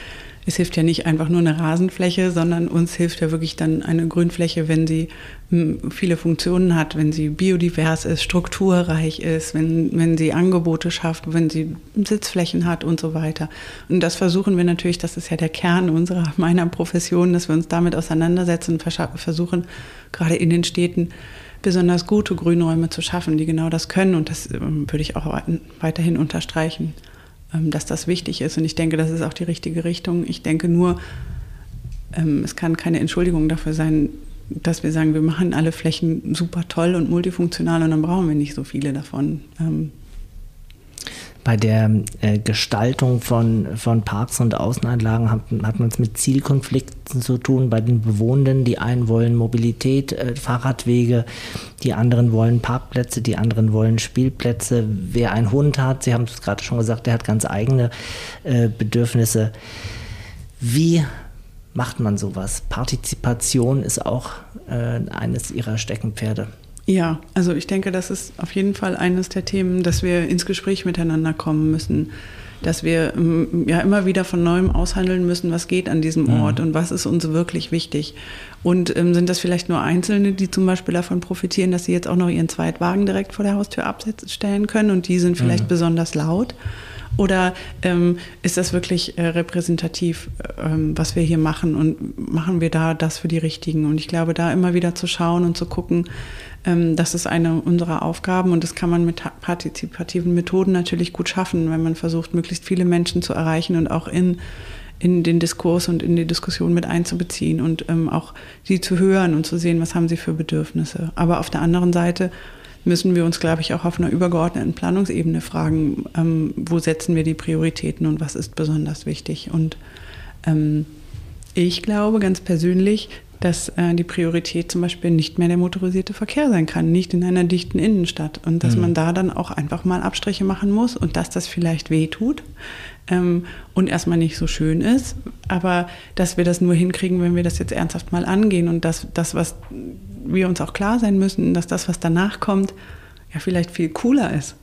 es hilft ja nicht einfach nur eine Rasenfläche, sondern uns hilft ja wirklich dann eine Grünfläche, wenn sie viele Funktionen hat, wenn sie biodivers ist, strukturreich ist, wenn sie Angebote schafft, wenn sie Sitzflächen hat und so weiter. Und das versuchen wir natürlich, das ist ja der Kern meiner Profession, dass wir uns damit auseinandersetzen und versuchen, gerade in den Städten besonders gute Grünräume zu schaffen, die genau das können. Und das würde ich auch weiterhin unterstreichen, dass das wichtig ist. Und ich denke, das ist auch die richtige Richtung. Ich denke nur, es kann keine Entschuldigung dafür sein, dass wir sagen, wir machen alle Flächen super toll und multifunktional und dann brauchen wir nicht so viele davon. Bei der Gestaltung von Parks und Außenanlagen hat man es mit Zielkonflikten zu tun bei den Bewohnenden. Die einen wollen Mobilität, Fahrradwege, die anderen wollen Parkplätze, die anderen wollen Spielplätze. Wer einen Hund hat, Sie haben es gerade schon gesagt, der hat ganz eigene Bedürfnisse. Wie macht man sowas? Partizipation ist auch eines Ihrer Steckenpferde. Ja, also ich denke, das ist auf jeden Fall eines der Themen, dass wir ins Gespräch miteinander kommen müssen, dass wir ja immer wieder von Neuem aushandeln müssen, was geht an diesem Ort und was ist uns wirklich wichtig. Und sind das vielleicht nur Einzelne, die zum Beispiel davon profitieren, dass sie jetzt auch noch ihren Zweitwagen direkt vor der Haustür abstellen können und die sind vielleicht besonders laut? Oder ist das wirklich repräsentativ, was wir hier machen und machen wir da das für die Richtigen? Und ich glaube, da immer wieder zu schauen und zu gucken, das ist eine unserer Aufgaben und das kann man mit partizipativen Methoden natürlich gut schaffen, wenn man versucht, möglichst viele Menschen zu erreichen und auch in den Diskurs und in die Diskussion mit einzubeziehen und auch sie zu hören und zu sehen, was haben sie für Bedürfnisse. Aber auf der anderen Seite müssen wir uns, glaube ich, auch auf einer übergeordneten Planungsebene fragen, wo setzen wir die Prioritäten und was ist besonders wichtig. Und ich glaube ganz persönlich, dass die Priorität zum Beispiel nicht mehr der motorisierte Verkehr sein kann, nicht in einer dichten Innenstadt. Und dass man da dann auch einfach mal Abstriche machen muss und dass das vielleicht wehtut und erstmal nicht so schön ist, aber dass wir das nur hinkriegen, wenn wir das jetzt ernsthaft mal angehen und dass das, was wir uns auch klar sein müssen, dass das, was danach kommt, ja vielleicht viel cooler ist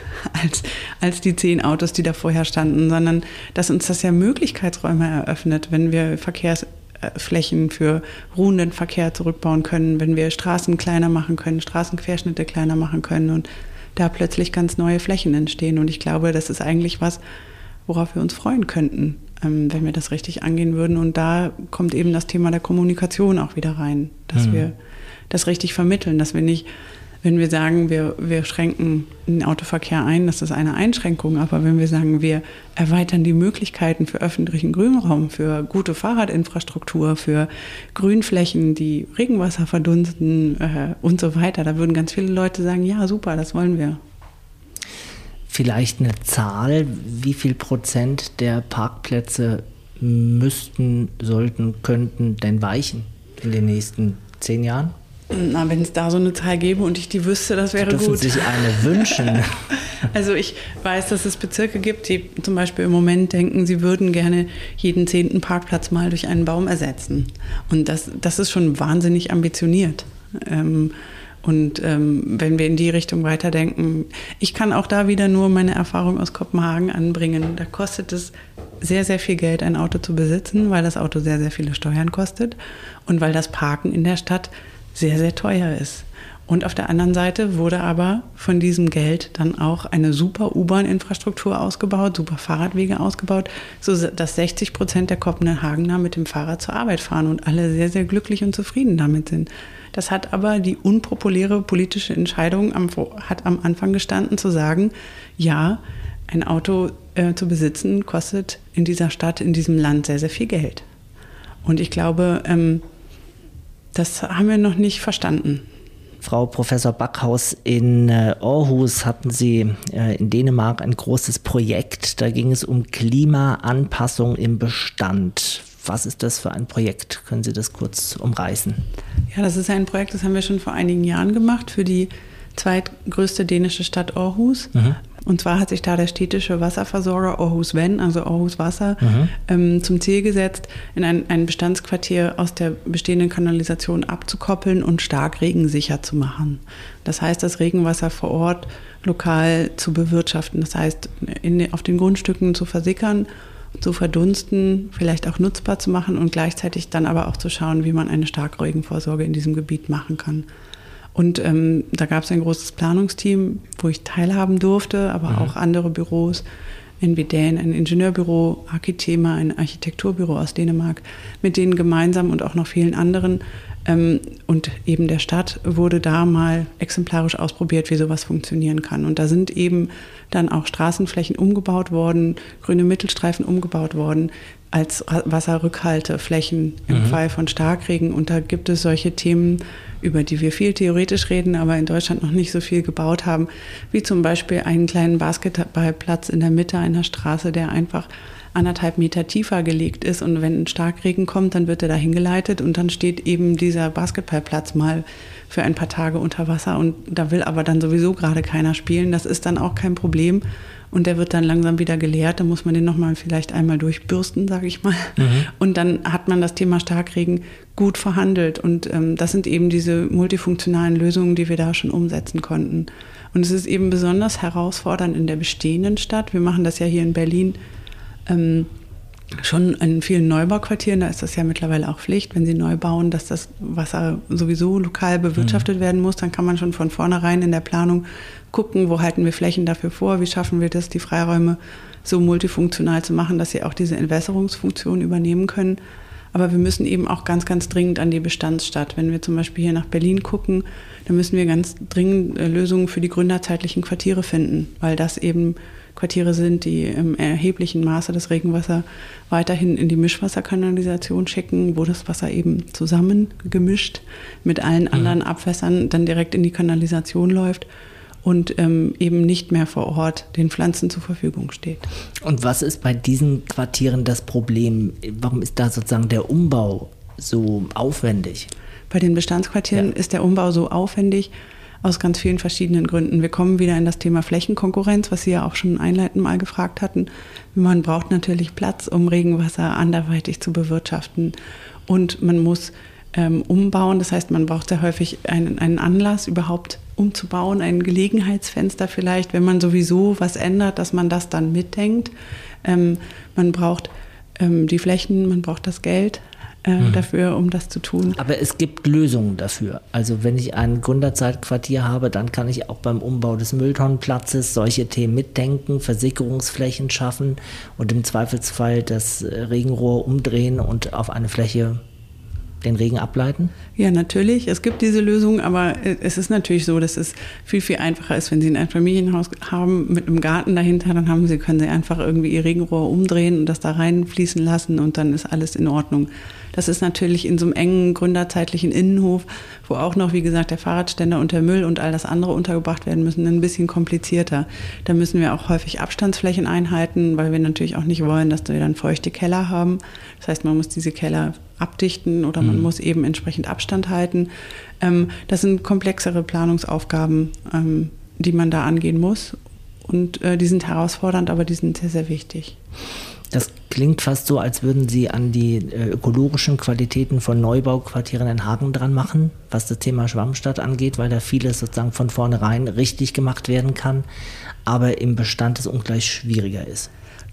als die 10 Autos, die da vorher standen, sondern dass uns das ja Möglichkeitsräume eröffnet, wenn wir Verkehrsflächen für ruhenden Verkehr zurückbauen können, wenn wir Straßen kleiner machen können, Straßenquerschnitte kleiner machen können und da plötzlich ganz neue Flächen entstehen. Und ich glaube, das ist eigentlich was, worauf wir uns freuen könnten, wenn wir das richtig angehen würden. Und da kommt eben das Thema der Kommunikation auch wieder rein, dass wir das richtig vermitteln, dass wir nicht, wenn wir sagen, wir schränken den Autoverkehr ein, das ist eine Einschränkung, aber wenn wir sagen, wir erweitern die Möglichkeiten für öffentlichen Grünraum, für gute Fahrradinfrastruktur, für Grünflächen, die Regenwasser verdunsten und so weiter, da würden ganz viele Leute sagen, ja super, das wollen wir. Vielleicht eine Zahl, wie viel Prozent der Parkplätze sollten, könnten denn weichen in den nächsten 10 Jahren? Na, wenn es da so eine Zahl gäbe und ich die wüsste, das wäre dürfen gut. Sich eine wünschen. Also ich weiß, dass es Bezirke gibt, die zum Beispiel im Moment denken, sie würden gerne jeden 10. Parkplatz mal durch einen Baum ersetzen. Und das ist schon wahnsinnig ambitioniert. Und wenn wir in die Richtung weiterdenken, ich kann auch da wieder nur meine Erfahrung aus Kopenhagen anbringen. Da kostet es sehr, sehr viel Geld, ein Auto zu besitzen, weil das Auto sehr, sehr viele Steuern kostet und weil das Parken in der Stadt sehr, sehr teuer ist. Und auf der anderen Seite wurde aber von diesem Geld dann auch eine super U-Bahn-Infrastruktur ausgebaut, super Fahrradwege ausgebaut, sodass 60% der Kopenhagener mit dem Fahrrad zur Arbeit fahren und alle sehr, sehr glücklich und zufrieden damit sind. Das hat aber die unpopuläre politische Entscheidung hat am Anfang gestanden, zu sagen, ja, ein Auto zu besitzen kostet in dieser Stadt, in diesem Land sehr, sehr viel Geld. Und ich glaube, das haben wir noch nicht verstanden. Frau Professor Backhaus, in Aarhus hatten Sie in Dänemark ein großes Projekt. Da ging es um Klimaanpassung im Bestand. Was ist das für ein Projekt? Können Sie das kurz umreißen? Ja, das ist ein Projekt, das haben wir schon vor einigen Jahren gemacht für die zweitgrößte dänische Stadt Aarhus. Und zwar hat sich da der städtische Wasserversorger Aarhus Vand, also Aarhus Wasser, zum Ziel gesetzt, in ein Bestandsquartier aus der bestehenden Kanalisation abzukoppeln und stark regensicher zu machen. Das heißt, das Regenwasser vor Ort lokal zu bewirtschaften. Das heißt, auf den Grundstücken zu versickern zu verdunsten, vielleicht auch nutzbar zu machen und gleichzeitig dann aber auch zu schauen, wie man eine Starkregenvorsorge in diesem Gebiet machen kann. Und da gab es ein großes Planungsteam, wo ich teilhaben durfte, aber auch andere Büros, NBDän, ein Ingenieurbüro, Arkitema, ein Architekturbüro aus Dänemark, mit denen gemeinsam und auch noch vielen anderen und eben der Stadt wurde da mal exemplarisch ausprobiert, wie sowas funktionieren kann. Und da sind eben dann auch Straßenflächen umgebaut worden, grüne Mittelstreifen umgebaut worden als Wasserrückhalteflächen im Fall von Starkregen. Und da gibt es solche Themen, über die wir viel theoretisch reden, aber in Deutschland noch nicht so viel gebaut haben, wie zum Beispiel einen kleinen Basketballplatz in der Mitte einer Straße, der einfach 1,5 Meter tiefer gelegt ist und wenn ein Starkregen kommt, dann wird er dahin geleitet und dann steht eben dieser Basketballplatz mal für ein paar Tage unter Wasser und da will aber dann sowieso gerade keiner spielen. Das ist dann auch kein Problem und der wird dann langsam wieder geleert. Da muss man den nochmal vielleicht einmal durchbürsten, sage ich mal. Und dann hat man das Thema Starkregen gut verhandelt und das sind eben diese multifunktionalen Lösungen, die wir da schon umsetzen konnten. Und es ist eben besonders herausfordernd in der bestehenden Stadt. Wir machen das ja hier in Berlin schon in vielen Neubauquartieren, da ist das ja mittlerweile auch Pflicht, wenn sie neu bauen, dass das Wasser sowieso lokal bewirtschaftet werden muss, dann kann man schon von vornherein in der Planung gucken, wo halten wir Flächen dafür vor, wie schaffen wir das, die Freiräume so multifunktional zu machen, dass sie auch diese Entwässerungsfunktion übernehmen können. Aber wir müssen eben auch ganz, ganz dringend an die Bestandsstadt. Wenn wir zum Beispiel hier nach Berlin gucken, dann müssen wir ganz dringend Lösungen für die gründerzeitlichen Quartiere finden, weil das eben Quartiere sind, die im erheblichen Maße das Regenwasser weiterhin in die Mischwasserkanalisation schicken, wo das Wasser eben zusammengemischt mit allen anderen Abwässern dann direkt in die Kanalisation läuft und eben nicht mehr vor Ort den Pflanzen zur Verfügung steht. Und was ist bei diesen Quartieren das Problem? Warum ist da sozusagen der Umbau so aufwendig? Bei den Bestandsquartieren ist der Umbau so aufwendig, aus ganz vielen verschiedenen Gründen. Wir kommen wieder in das Thema Flächenkonkurrenz, was Sie ja auch schon einleitend mal gefragt hatten. Man braucht natürlich Platz, um Regenwasser anderweitig zu bewirtschaften. Und man muss umbauen. Das heißt, man braucht sehr häufig einen Anlass, überhaupt umzubauen, ein Gelegenheitsfenster vielleicht, wenn man sowieso was ändert, dass man das dann mitdenkt. Man braucht die Flächen, man braucht das Geld dafür, um das zu tun. Aber es gibt Lösungen dafür. Also wenn ich ein Gründerzeitquartier habe, dann kann ich auch beim Umbau des Mülltonnenplatzes solche Themen mitdenken, Versickerungsflächen schaffen und im Zweifelsfall das Regenrohr umdrehen und auf eine Fläche den Regen ableiten? Ja, natürlich. Es gibt diese Lösung, aber es ist natürlich so, dass es viel, viel einfacher ist, wenn Sie ein Einfamilienhaus haben mit einem Garten dahinter, dann können Sie einfach irgendwie Ihr Regenrohr umdrehen und das da reinfließen lassen und dann ist alles in Ordnung. Das ist natürlich in so einem engen gründerzeitlichen Innenhof, wo auch noch, wie gesagt, der Fahrradständer und der Müll und all das andere untergebracht werden müssen, ein bisschen komplizierter. Da müssen wir auch häufig Abstandsflächen einhalten, weil wir natürlich auch nicht wollen, dass wir dann feuchte Keller haben. Das heißt, man muss diese Keller abdichten oder man muss eben entsprechend Abstand halten. Das sind komplexere Planungsaufgaben, die man da angehen muss. Und die sind herausfordernd, aber die sind sehr, sehr wichtig. Das klingt fast so, als würden Sie an die ökologischen Qualitäten von Neubauquartieren einen Haken dran machen, was das Thema Schwammstadt angeht, weil da vieles sozusagen von vornherein richtig gemacht werden kann, aber im Bestand es ungleich schwieriger ist.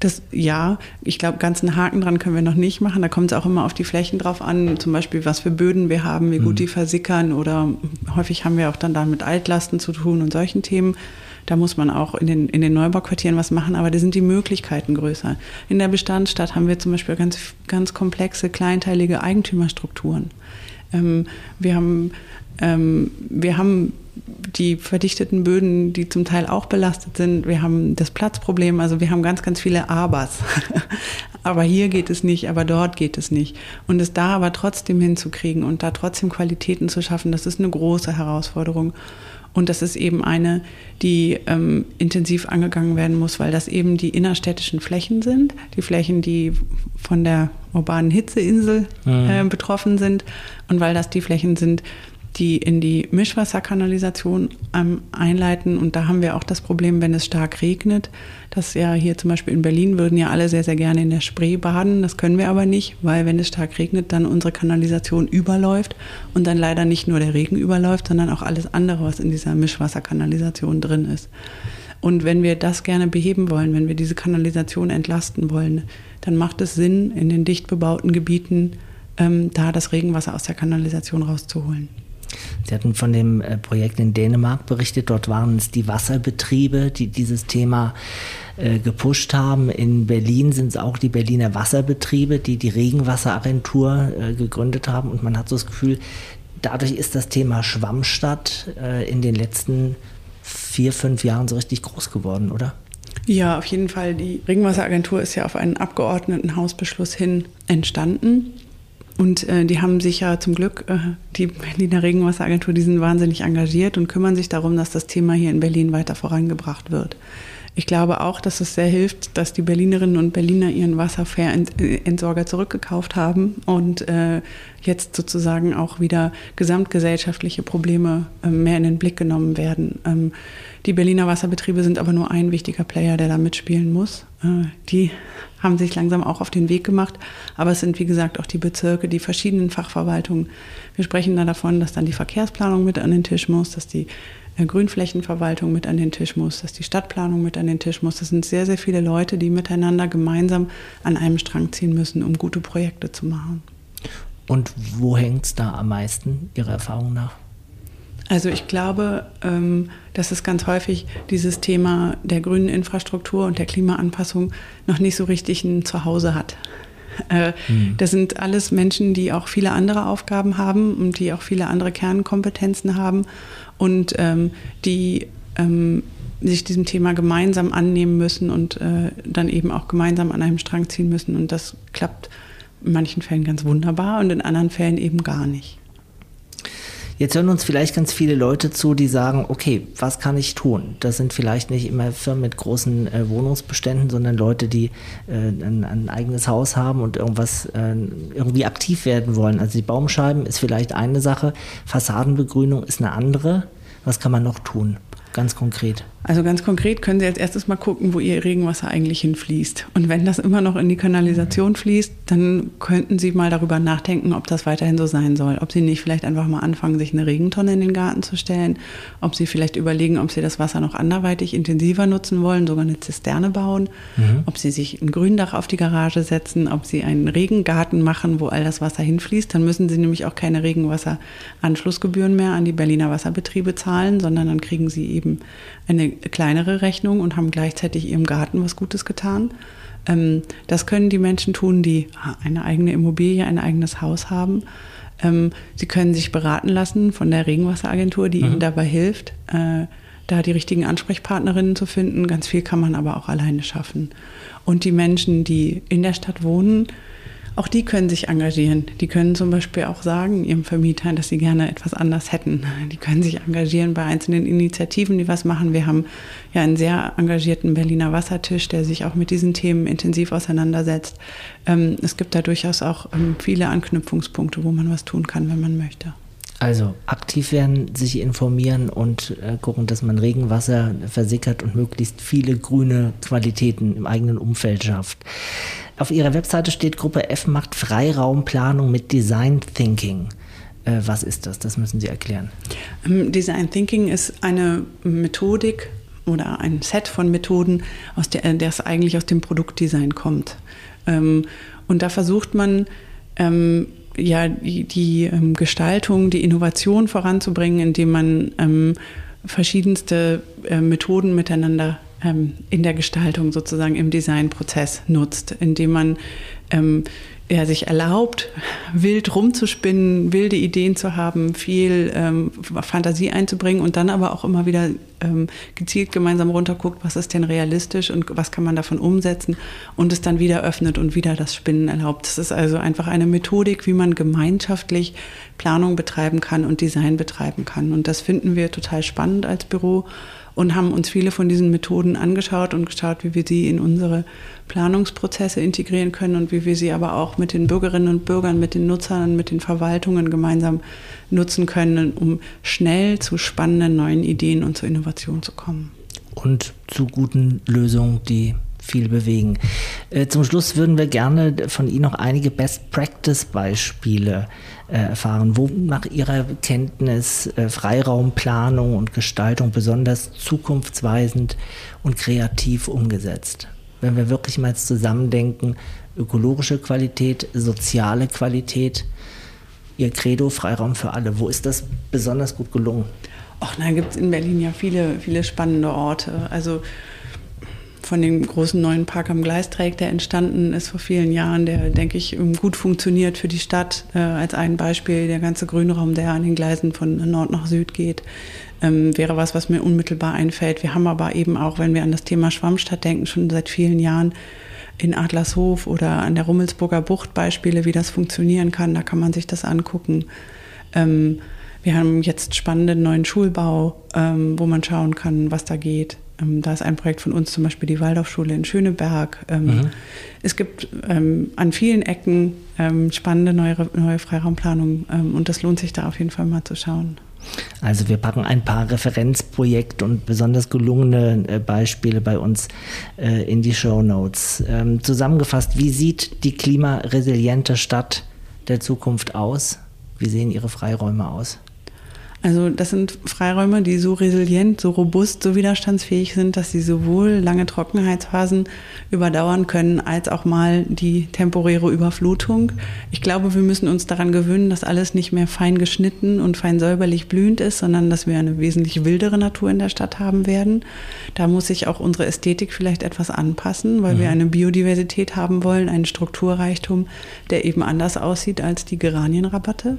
Ich glaube, ganz einen Haken dran können wir noch nicht machen. Da kommt es auch immer auf die Flächen drauf an, zum Beispiel, was für Böden wir haben, wie gut die versickern oder häufig haben wir auch dann da mit Altlasten zu tun und solchen Themen. Da muss man auch in den Neubauquartieren was machen, aber da sind die Möglichkeiten größer. In der Bestandsstadt haben wir zum Beispiel ganz, ganz komplexe, kleinteilige Eigentümerstrukturen. Wir haben die verdichteten Böden, die zum Teil auch belastet sind. Wir haben das Platzproblem, also wir haben ganz, ganz viele Abers. Aber hier geht es nicht, aber dort geht es nicht. Und es da aber trotzdem hinzukriegen und da trotzdem Qualitäten zu schaffen, das ist eine große Herausforderung. Und das ist eben eine, die intensiv angegangen werden muss, weil das eben die innerstädtischen Flächen sind, die Flächen, die von der urbanen Hitzeinsel betroffen sind und weil das die Flächen sind, die in die Mischwasserkanalisation einleiten. Und da haben wir auch das Problem, wenn es stark regnet, dass ja hier zum Beispiel in Berlin würden ja alle sehr, sehr gerne in der Spree baden. Das können wir aber nicht, weil wenn es stark regnet, dann unsere Kanalisation überläuft und dann leider nicht nur der Regen überläuft, sondern auch alles andere, was in dieser Mischwasserkanalisation drin ist. Und wenn wir das gerne beheben wollen, wenn wir diese Kanalisation entlasten wollen, dann macht es Sinn, in den dicht bebauten Gebieten da das Regenwasser aus der Kanalisation rauszuholen. Sie hatten von dem Projekt in Dänemark berichtet. Dort waren es die Wasserbetriebe, die dieses Thema gepusht haben. In Berlin sind es auch die Berliner Wasserbetriebe, die die Regenwasseragentur gegründet haben. Und man hat so das Gefühl, dadurch ist das Thema Schwammstadt in den letzten 4-5 Jahren so richtig groß geworden, oder? Ja, auf jeden Fall. Die Regenwasseragentur ist ja auf einen Abgeordnetenhausbeschluss hin entstanden. Und die haben sich ja zum Glück, die Berliner Regenwasseragentur, die sind wahnsinnig engagiert und kümmern sich darum, dass das Thema hier in Berlin weiter vorangebracht wird. Ich glaube auch, dass es sehr hilft, dass die Berlinerinnen und Berliner ihren Wasserentsorger zurückgekauft haben und jetzt sozusagen auch wieder gesamtgesellschaftliche Probleme mehr in den Blick genommen werden. Die Berliner Wasserbetriebe sind aber nur ein wichtiger Player, der da mitspielen muss. Die haben sich langsam auch auf den Weg gemacht, aber es sind wie gesagt auch die Bezirke, die verschiedenen Fachverwaltungen. Wir sprechen da davon, dass dann die Verkehrsplanung mit an den Tisch muss, dass die Grünflächenverwaltung mit an den Tisch muss, dass die Stadtplanung mit an den Tisch muss. Das sind sehr, sehr viele Leute, die miteinander gemeinsam an einem Strang ziehen müssen, um gute Projekte zu machen. Und wo hängt es da am meisten, Ihrer Erfahrung nach? Also ich glaube, dass es ganz häufig dieses Thema der grünen Infrastruktur und der Klimaanpassung noch nicht so richtig ein Zuhause hat. Das sind alles Menschen, die auch viele andere Aufgaben haben und die auch viele andere Kernkompetenzen haben und die sich diesem Thema gemeinsam annehmen müssen und dann eben auch gemeinsam an einem Strang ziehen müssen. Und das klappt in manchen Fällen ganz wunderbar und in anderen Fällen eben gar nicht. Jetzt hören uns vielleicht ganz viele Leute zu, die sagen, okay, was kann ich tun? Das sind vielleicht nicht immer Firmen mit großen Wohnungsbeständen, sondern Leute, die ein eigenes Haus haben und irgendwie aktiv werden wollen. Also die Baumscheiben ist vielleicht eine Sache, Fassadenbegrünung ist eine andere. Was kann man noch tun? Ganz konkret. Also ganz konkret können Sie als erstes mal gucken, wo Ihr Regenwasser eigentlich hinfließt. Und wenn das immer noch in die Kanalisation fließt, dann könnten Sie mal darüber nachdenken, ob das weiterhin so sein soll. Ob Sie nicht vielleicht einfach mal anfangen, sich eine Regentonne in den Garten zu stellen. Ob Sie vielleicht überlegen, ob Sie das Wasser noch anderweitig intensiver nutzen wollen, sogar eine Zisterne bauen. Ob Sie sich ein Gründach auf die Garage setzen. Ob Sie einen Regengarten machen, wo all das Wasser hinfließt. Dann müssen Sie nämlich auch keine Regenwasseranschlussgebühren mehr an die Berliner Wasserbetriebe zahlen, sondern dann kriegen Sie eben eine kleinere Rechnung und haben gleichzeitig ihrem Garten was Gutes getan. Das können die Menschen tun, die eine eigene Immobilie, ein eigenes Haus haben. Sie können sich beraten lassen von der Regenwasseragentur, die ihnen dabei hilft, da die richtigen Ansprechpartnerinnen zu finden. Ganz viel kann man aber auch alleine schaffen. Und die Menschen, die in der Stadt wohnen, auch die können sich engagieren. Die können zum Beispiel auch sagen ihrem Vermieter, dass sie gerne etwas anders hätten. Die können sich engagieren bei einzelnen Initiativen, die was machen. Wir haben ja einen sehr engagierten Berliner Wassertisch, der sich auch mit diesen Themen intensiv auseinandersetzt. Es gibt da durchaus auch viele Anknüpfungspunkte, wo man was tun kann, wenn man möchte. Also aktiv werden, sich informieren und gucken, dass man Regenwasser versickert und möglichst viele grüne Qualitäten im eigenen Umfeld schafft. Auf Ihrer Webseite steht, Gruppe F macht Freiraumplanung mit Design Thinking. Was ist das? Das müssen Sie erklären. Design Thinking ist eine Methodik oder ein Set von Methoden, das eigentlich aus dem Produktdesign kommt. Und da versucht man, die Gestaltung, die Innovation voranzubringen, indem man verschiedenste Methoden miteinander in der Gestaltung sozusagen im Designprozess nutzt, indem man sich erlaubt, wild rumzuspinnen, wilde Ideen zu haben, viel Fantasie einzubringen und dann aber auch immer wieder gezielt gemeinsam runterguckt, was ist denn realistisch und was kann man davon umsetzen und es dann wieder öffnet und wieder das Spinnen erlaubt. Das ist also einfach eine Methodik, wie man gemeinschaftlich Planung betreiben kann und Design betreiben kann. Und das finden wir total spannend als Büro und haben uns viele von diesen Methoden angeschaut und geschaut, wie wir sie in unsere Planungsprozesse integrieren können und wie wir sie aber auch mit den Bürgerinnen und Bürgern, mit den Nutzern, mit den Verwaltungen gemeinsam nutzen können, um schnell zu spannenden neuen Ideen und zur Innovation zu kommen. Und zu guten Lösungen, die viel bewegen. Zum Schluss würden wir gerne von Ihnen noch einige Best-Practice-Beispiele erfahren, wo nach Ihrer Kenntnis Freiraumplanung und Gestaltung besonders zukunftsweisend und kreativ umgesetzt. Wenn wir wirklich mal zusammendenken, ökologische Qualität, soziale Qualität, Ihr Credo, Freiraum für alle. Wo ist das besonders gut gelungen? Ach, da gibt es in Berlin ja viele, viele spannende Orte. Also von dem großen neuen Park am Gleisdreieck, der entstanden ist vor vielen Jahren, der, denke ich, gut funktioniert für die Stadt. Als ein Beispiel, der ganze Grünraum, der an den Gleisen von Nord nach Süd geht, wäre was mir unmittelbar einfällt. Wir haben aber eben auch, wenn wir an das Thema Schwammstadt denken, schon seit vielen Jahren in Adlershof oder an der Rummelsburger Bucht Beispiele, wie das funktionieren kann. Da kann man sich das angucken. Wir haben jetzt spannenden neuen Schulbau, wo man schauen kann, was da geht. Da ist ein Projekt von uns, zum Beispiel die Waldorfschule in Schöneberg. Es gibt an vielen Ecken spannende neue Freiraumplanung und das lohnt sich da auf jeden Fall mal zu schauen. Also wir packen ein paar Referenzprojekte und besonders gelungene Beispiele bei uns in die Shownotes. Zusammengefasst, wie sieht die klimaresiliente Stadt der Zukunft aus? Wie sehen Ihre Freiräume aus? Also das sind Freiräume, die so resilient, so robust, so widerstandsfähig sind, dass sie sowohl lange Trockenheitsphasen überdauern können, als auch mal die temporäre Überflutung. Ich glaube, wir müssen uns daran gewöhnen, dass alles nicht mehr fein geschnitten und fein säuberlich blühend ist, sondern dass wir eine wesentlich wildere Natur in der Stadt haben werden. Da muss sich auch unsere Ästhetik vielleicht etwas anpassen, weil wir eine Biodiversität haben wollen, einen Strukturreichtum, der eben anders aussieht als die Geranienrabatte.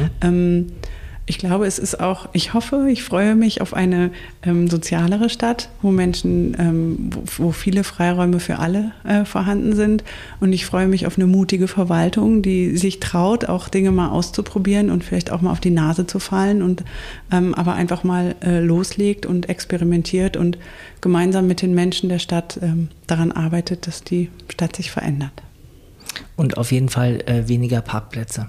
Ich glaube, es ist auch, ich freue mich auf eine sozialere Stadt, wo Menschen, wo viele Freiräume für alle vorhanden sind. Und ich freue mich auf eine mutige Verwaltung, die sich traut, auch Dinge mal auszuprobieren und vielleicht auch mal auf die Nase zu fallen und aber einfach mal loslegt und experimentiert und gemeinsam mit den Menschen der Stadt daran arbeitet, dass die Stadt sich verändert. Und auf jeden Fall weniger Parkplätze.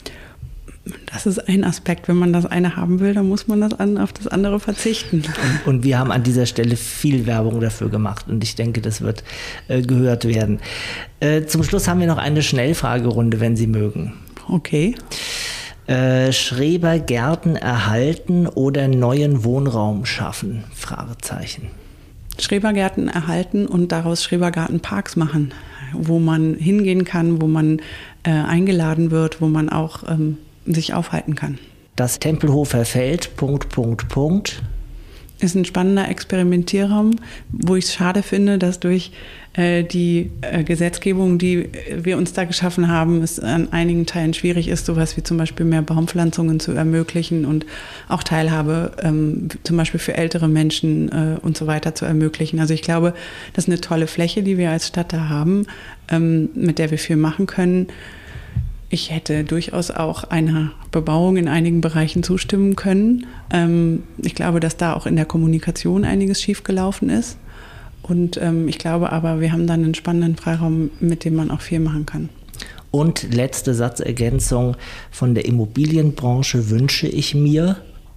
Das ist ein Aspekt. Wenn man das eine haben will, dann muss man auf das andere verzichten. Und wir haben an dieser Stelle viel Werbung dafür gemacht und ich denke, das wird gehört werden. Zum Schluss haben wir noch eine Schnellfragerunde, wenn Sie mögen. Okay. Schrebergärten erhalten oder neuen Wohnraum schaffen? Fragezeichen. Schrebergärten erhalten und daraus Schrebergartenparks machen, wo man hingehen kann, wo man eingeladen wird, wo man auch sich aufhalten kann. Das Tempelhofer Feld, ... ist ein spannender Experimentierraum, wo ich es schade finde, dass durch die Gesetzgebung, die wir uns da geschaffen haben, es an einigen Teilen schwierig ist, sowas wie zum Beispiel mehr Baumpflanzungen zu ermöglichen und auch Teilhabe zum Beispiel für ältere Menschen und so weiter zu ermöglichen. Also ich glaube, das ist eine tolle Fläche, die wir als Stadt da haben, mit der wir viel machen können. Ich hätte durchaus auch einer Bebauung in einigen Bereichen zustimmen können. Ich glaube, dass da auch in der Kommunikation einiges schiefgelaufen ist. Und ich glaube aber, wir haben dann einen spannenden Freiraum, mit dem man auch viel machen kann. Und letzte Satzergänzung: Von der Immobilienbranche wünsche ich mir,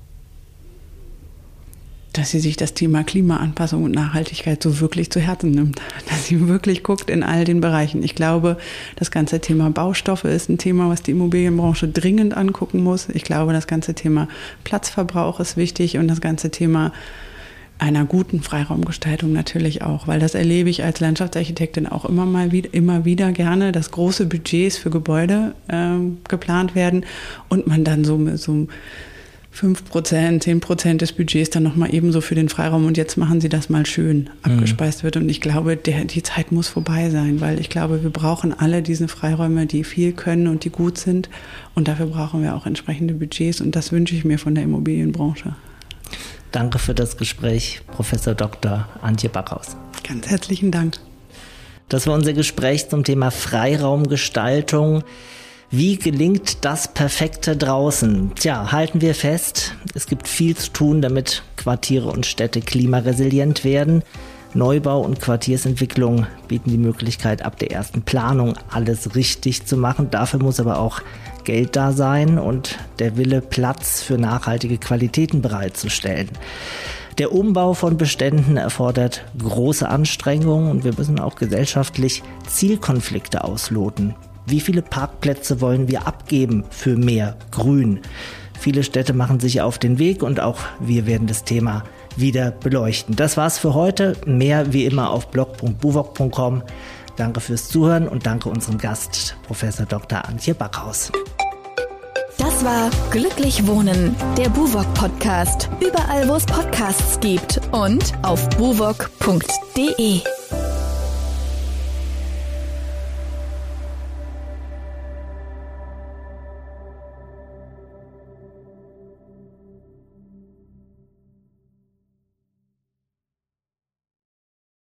dass sie sich das Thema Klimaanpassung und Nachhaltigkeit so wirklich zu Herzen nimmt. Dass sie wirklich guckt in all den Bereichen. Ich glaube, das ganze Thema Baustoffe ist ein Thema, was die Immobilienbranche dringend angucken muss. Ich glaube, das ganze Thema Platzverbrauch ist wichtig und das ganze Thema einer guten Freiraumgestaltung natürlich auch, weil das erlebe ich als Landschaftsarchitektin auch immer wieder gerne, dass große Budgets für Gebäude geplant werden und man dann so 5%, 10% des Budgets dann nochmal ebenso für den Freiraum und jetzt machen sie das mal schön abgespeist wird. Und ich glaube, die Zeit muss vorbei sein, weil ich glaube, wir brauchen alle diese Freiräume, die viel können und die gut sind. Und dafür brauchen wir auch entsprechende Budgets und das wünsche ich mir von der Immobilienbranche. Danke für das Gespräch, Professor Dr. Antje Backhaus. Ganz herzlichen Dank. Das war unser Gespräch zum Thema Freiraumgestaltung. Wie gelingt das Perfekte draußen? Tja, halten wir fest, es gibt viel zu tun, damit Quartiere und Städte klimaresilient werden. Neubau und Quartiersentwicklung bieten die Möglichkeit, ab der ersten Planung alles richtig zu machen. Dafür muss aber auch Geld da sein und der Wille, Platz für nachhaltige Qualitäten bereitzustellen. Der Umbau von Beständen erfordert große Anstrengungen und wir müssen auch gesellschaftlich Zielkonflikte ausloten. Wie viele Parkplätze wollen wir abgeben für mehr Grün? Viele Städte machen sich auf den Weg und auch wir werden das Thema wieder beleuchten. Das war's für heute. Mehr wie immer auf blog.buwok.com. Danke fürs Zuhören und danke unserem Gast, Professor Dr. Antje Backhaus. Das war Glücklich Wohnen, der BUWOG-Podcast. Überall, wo es Podcasts gibt und auf buwok.de.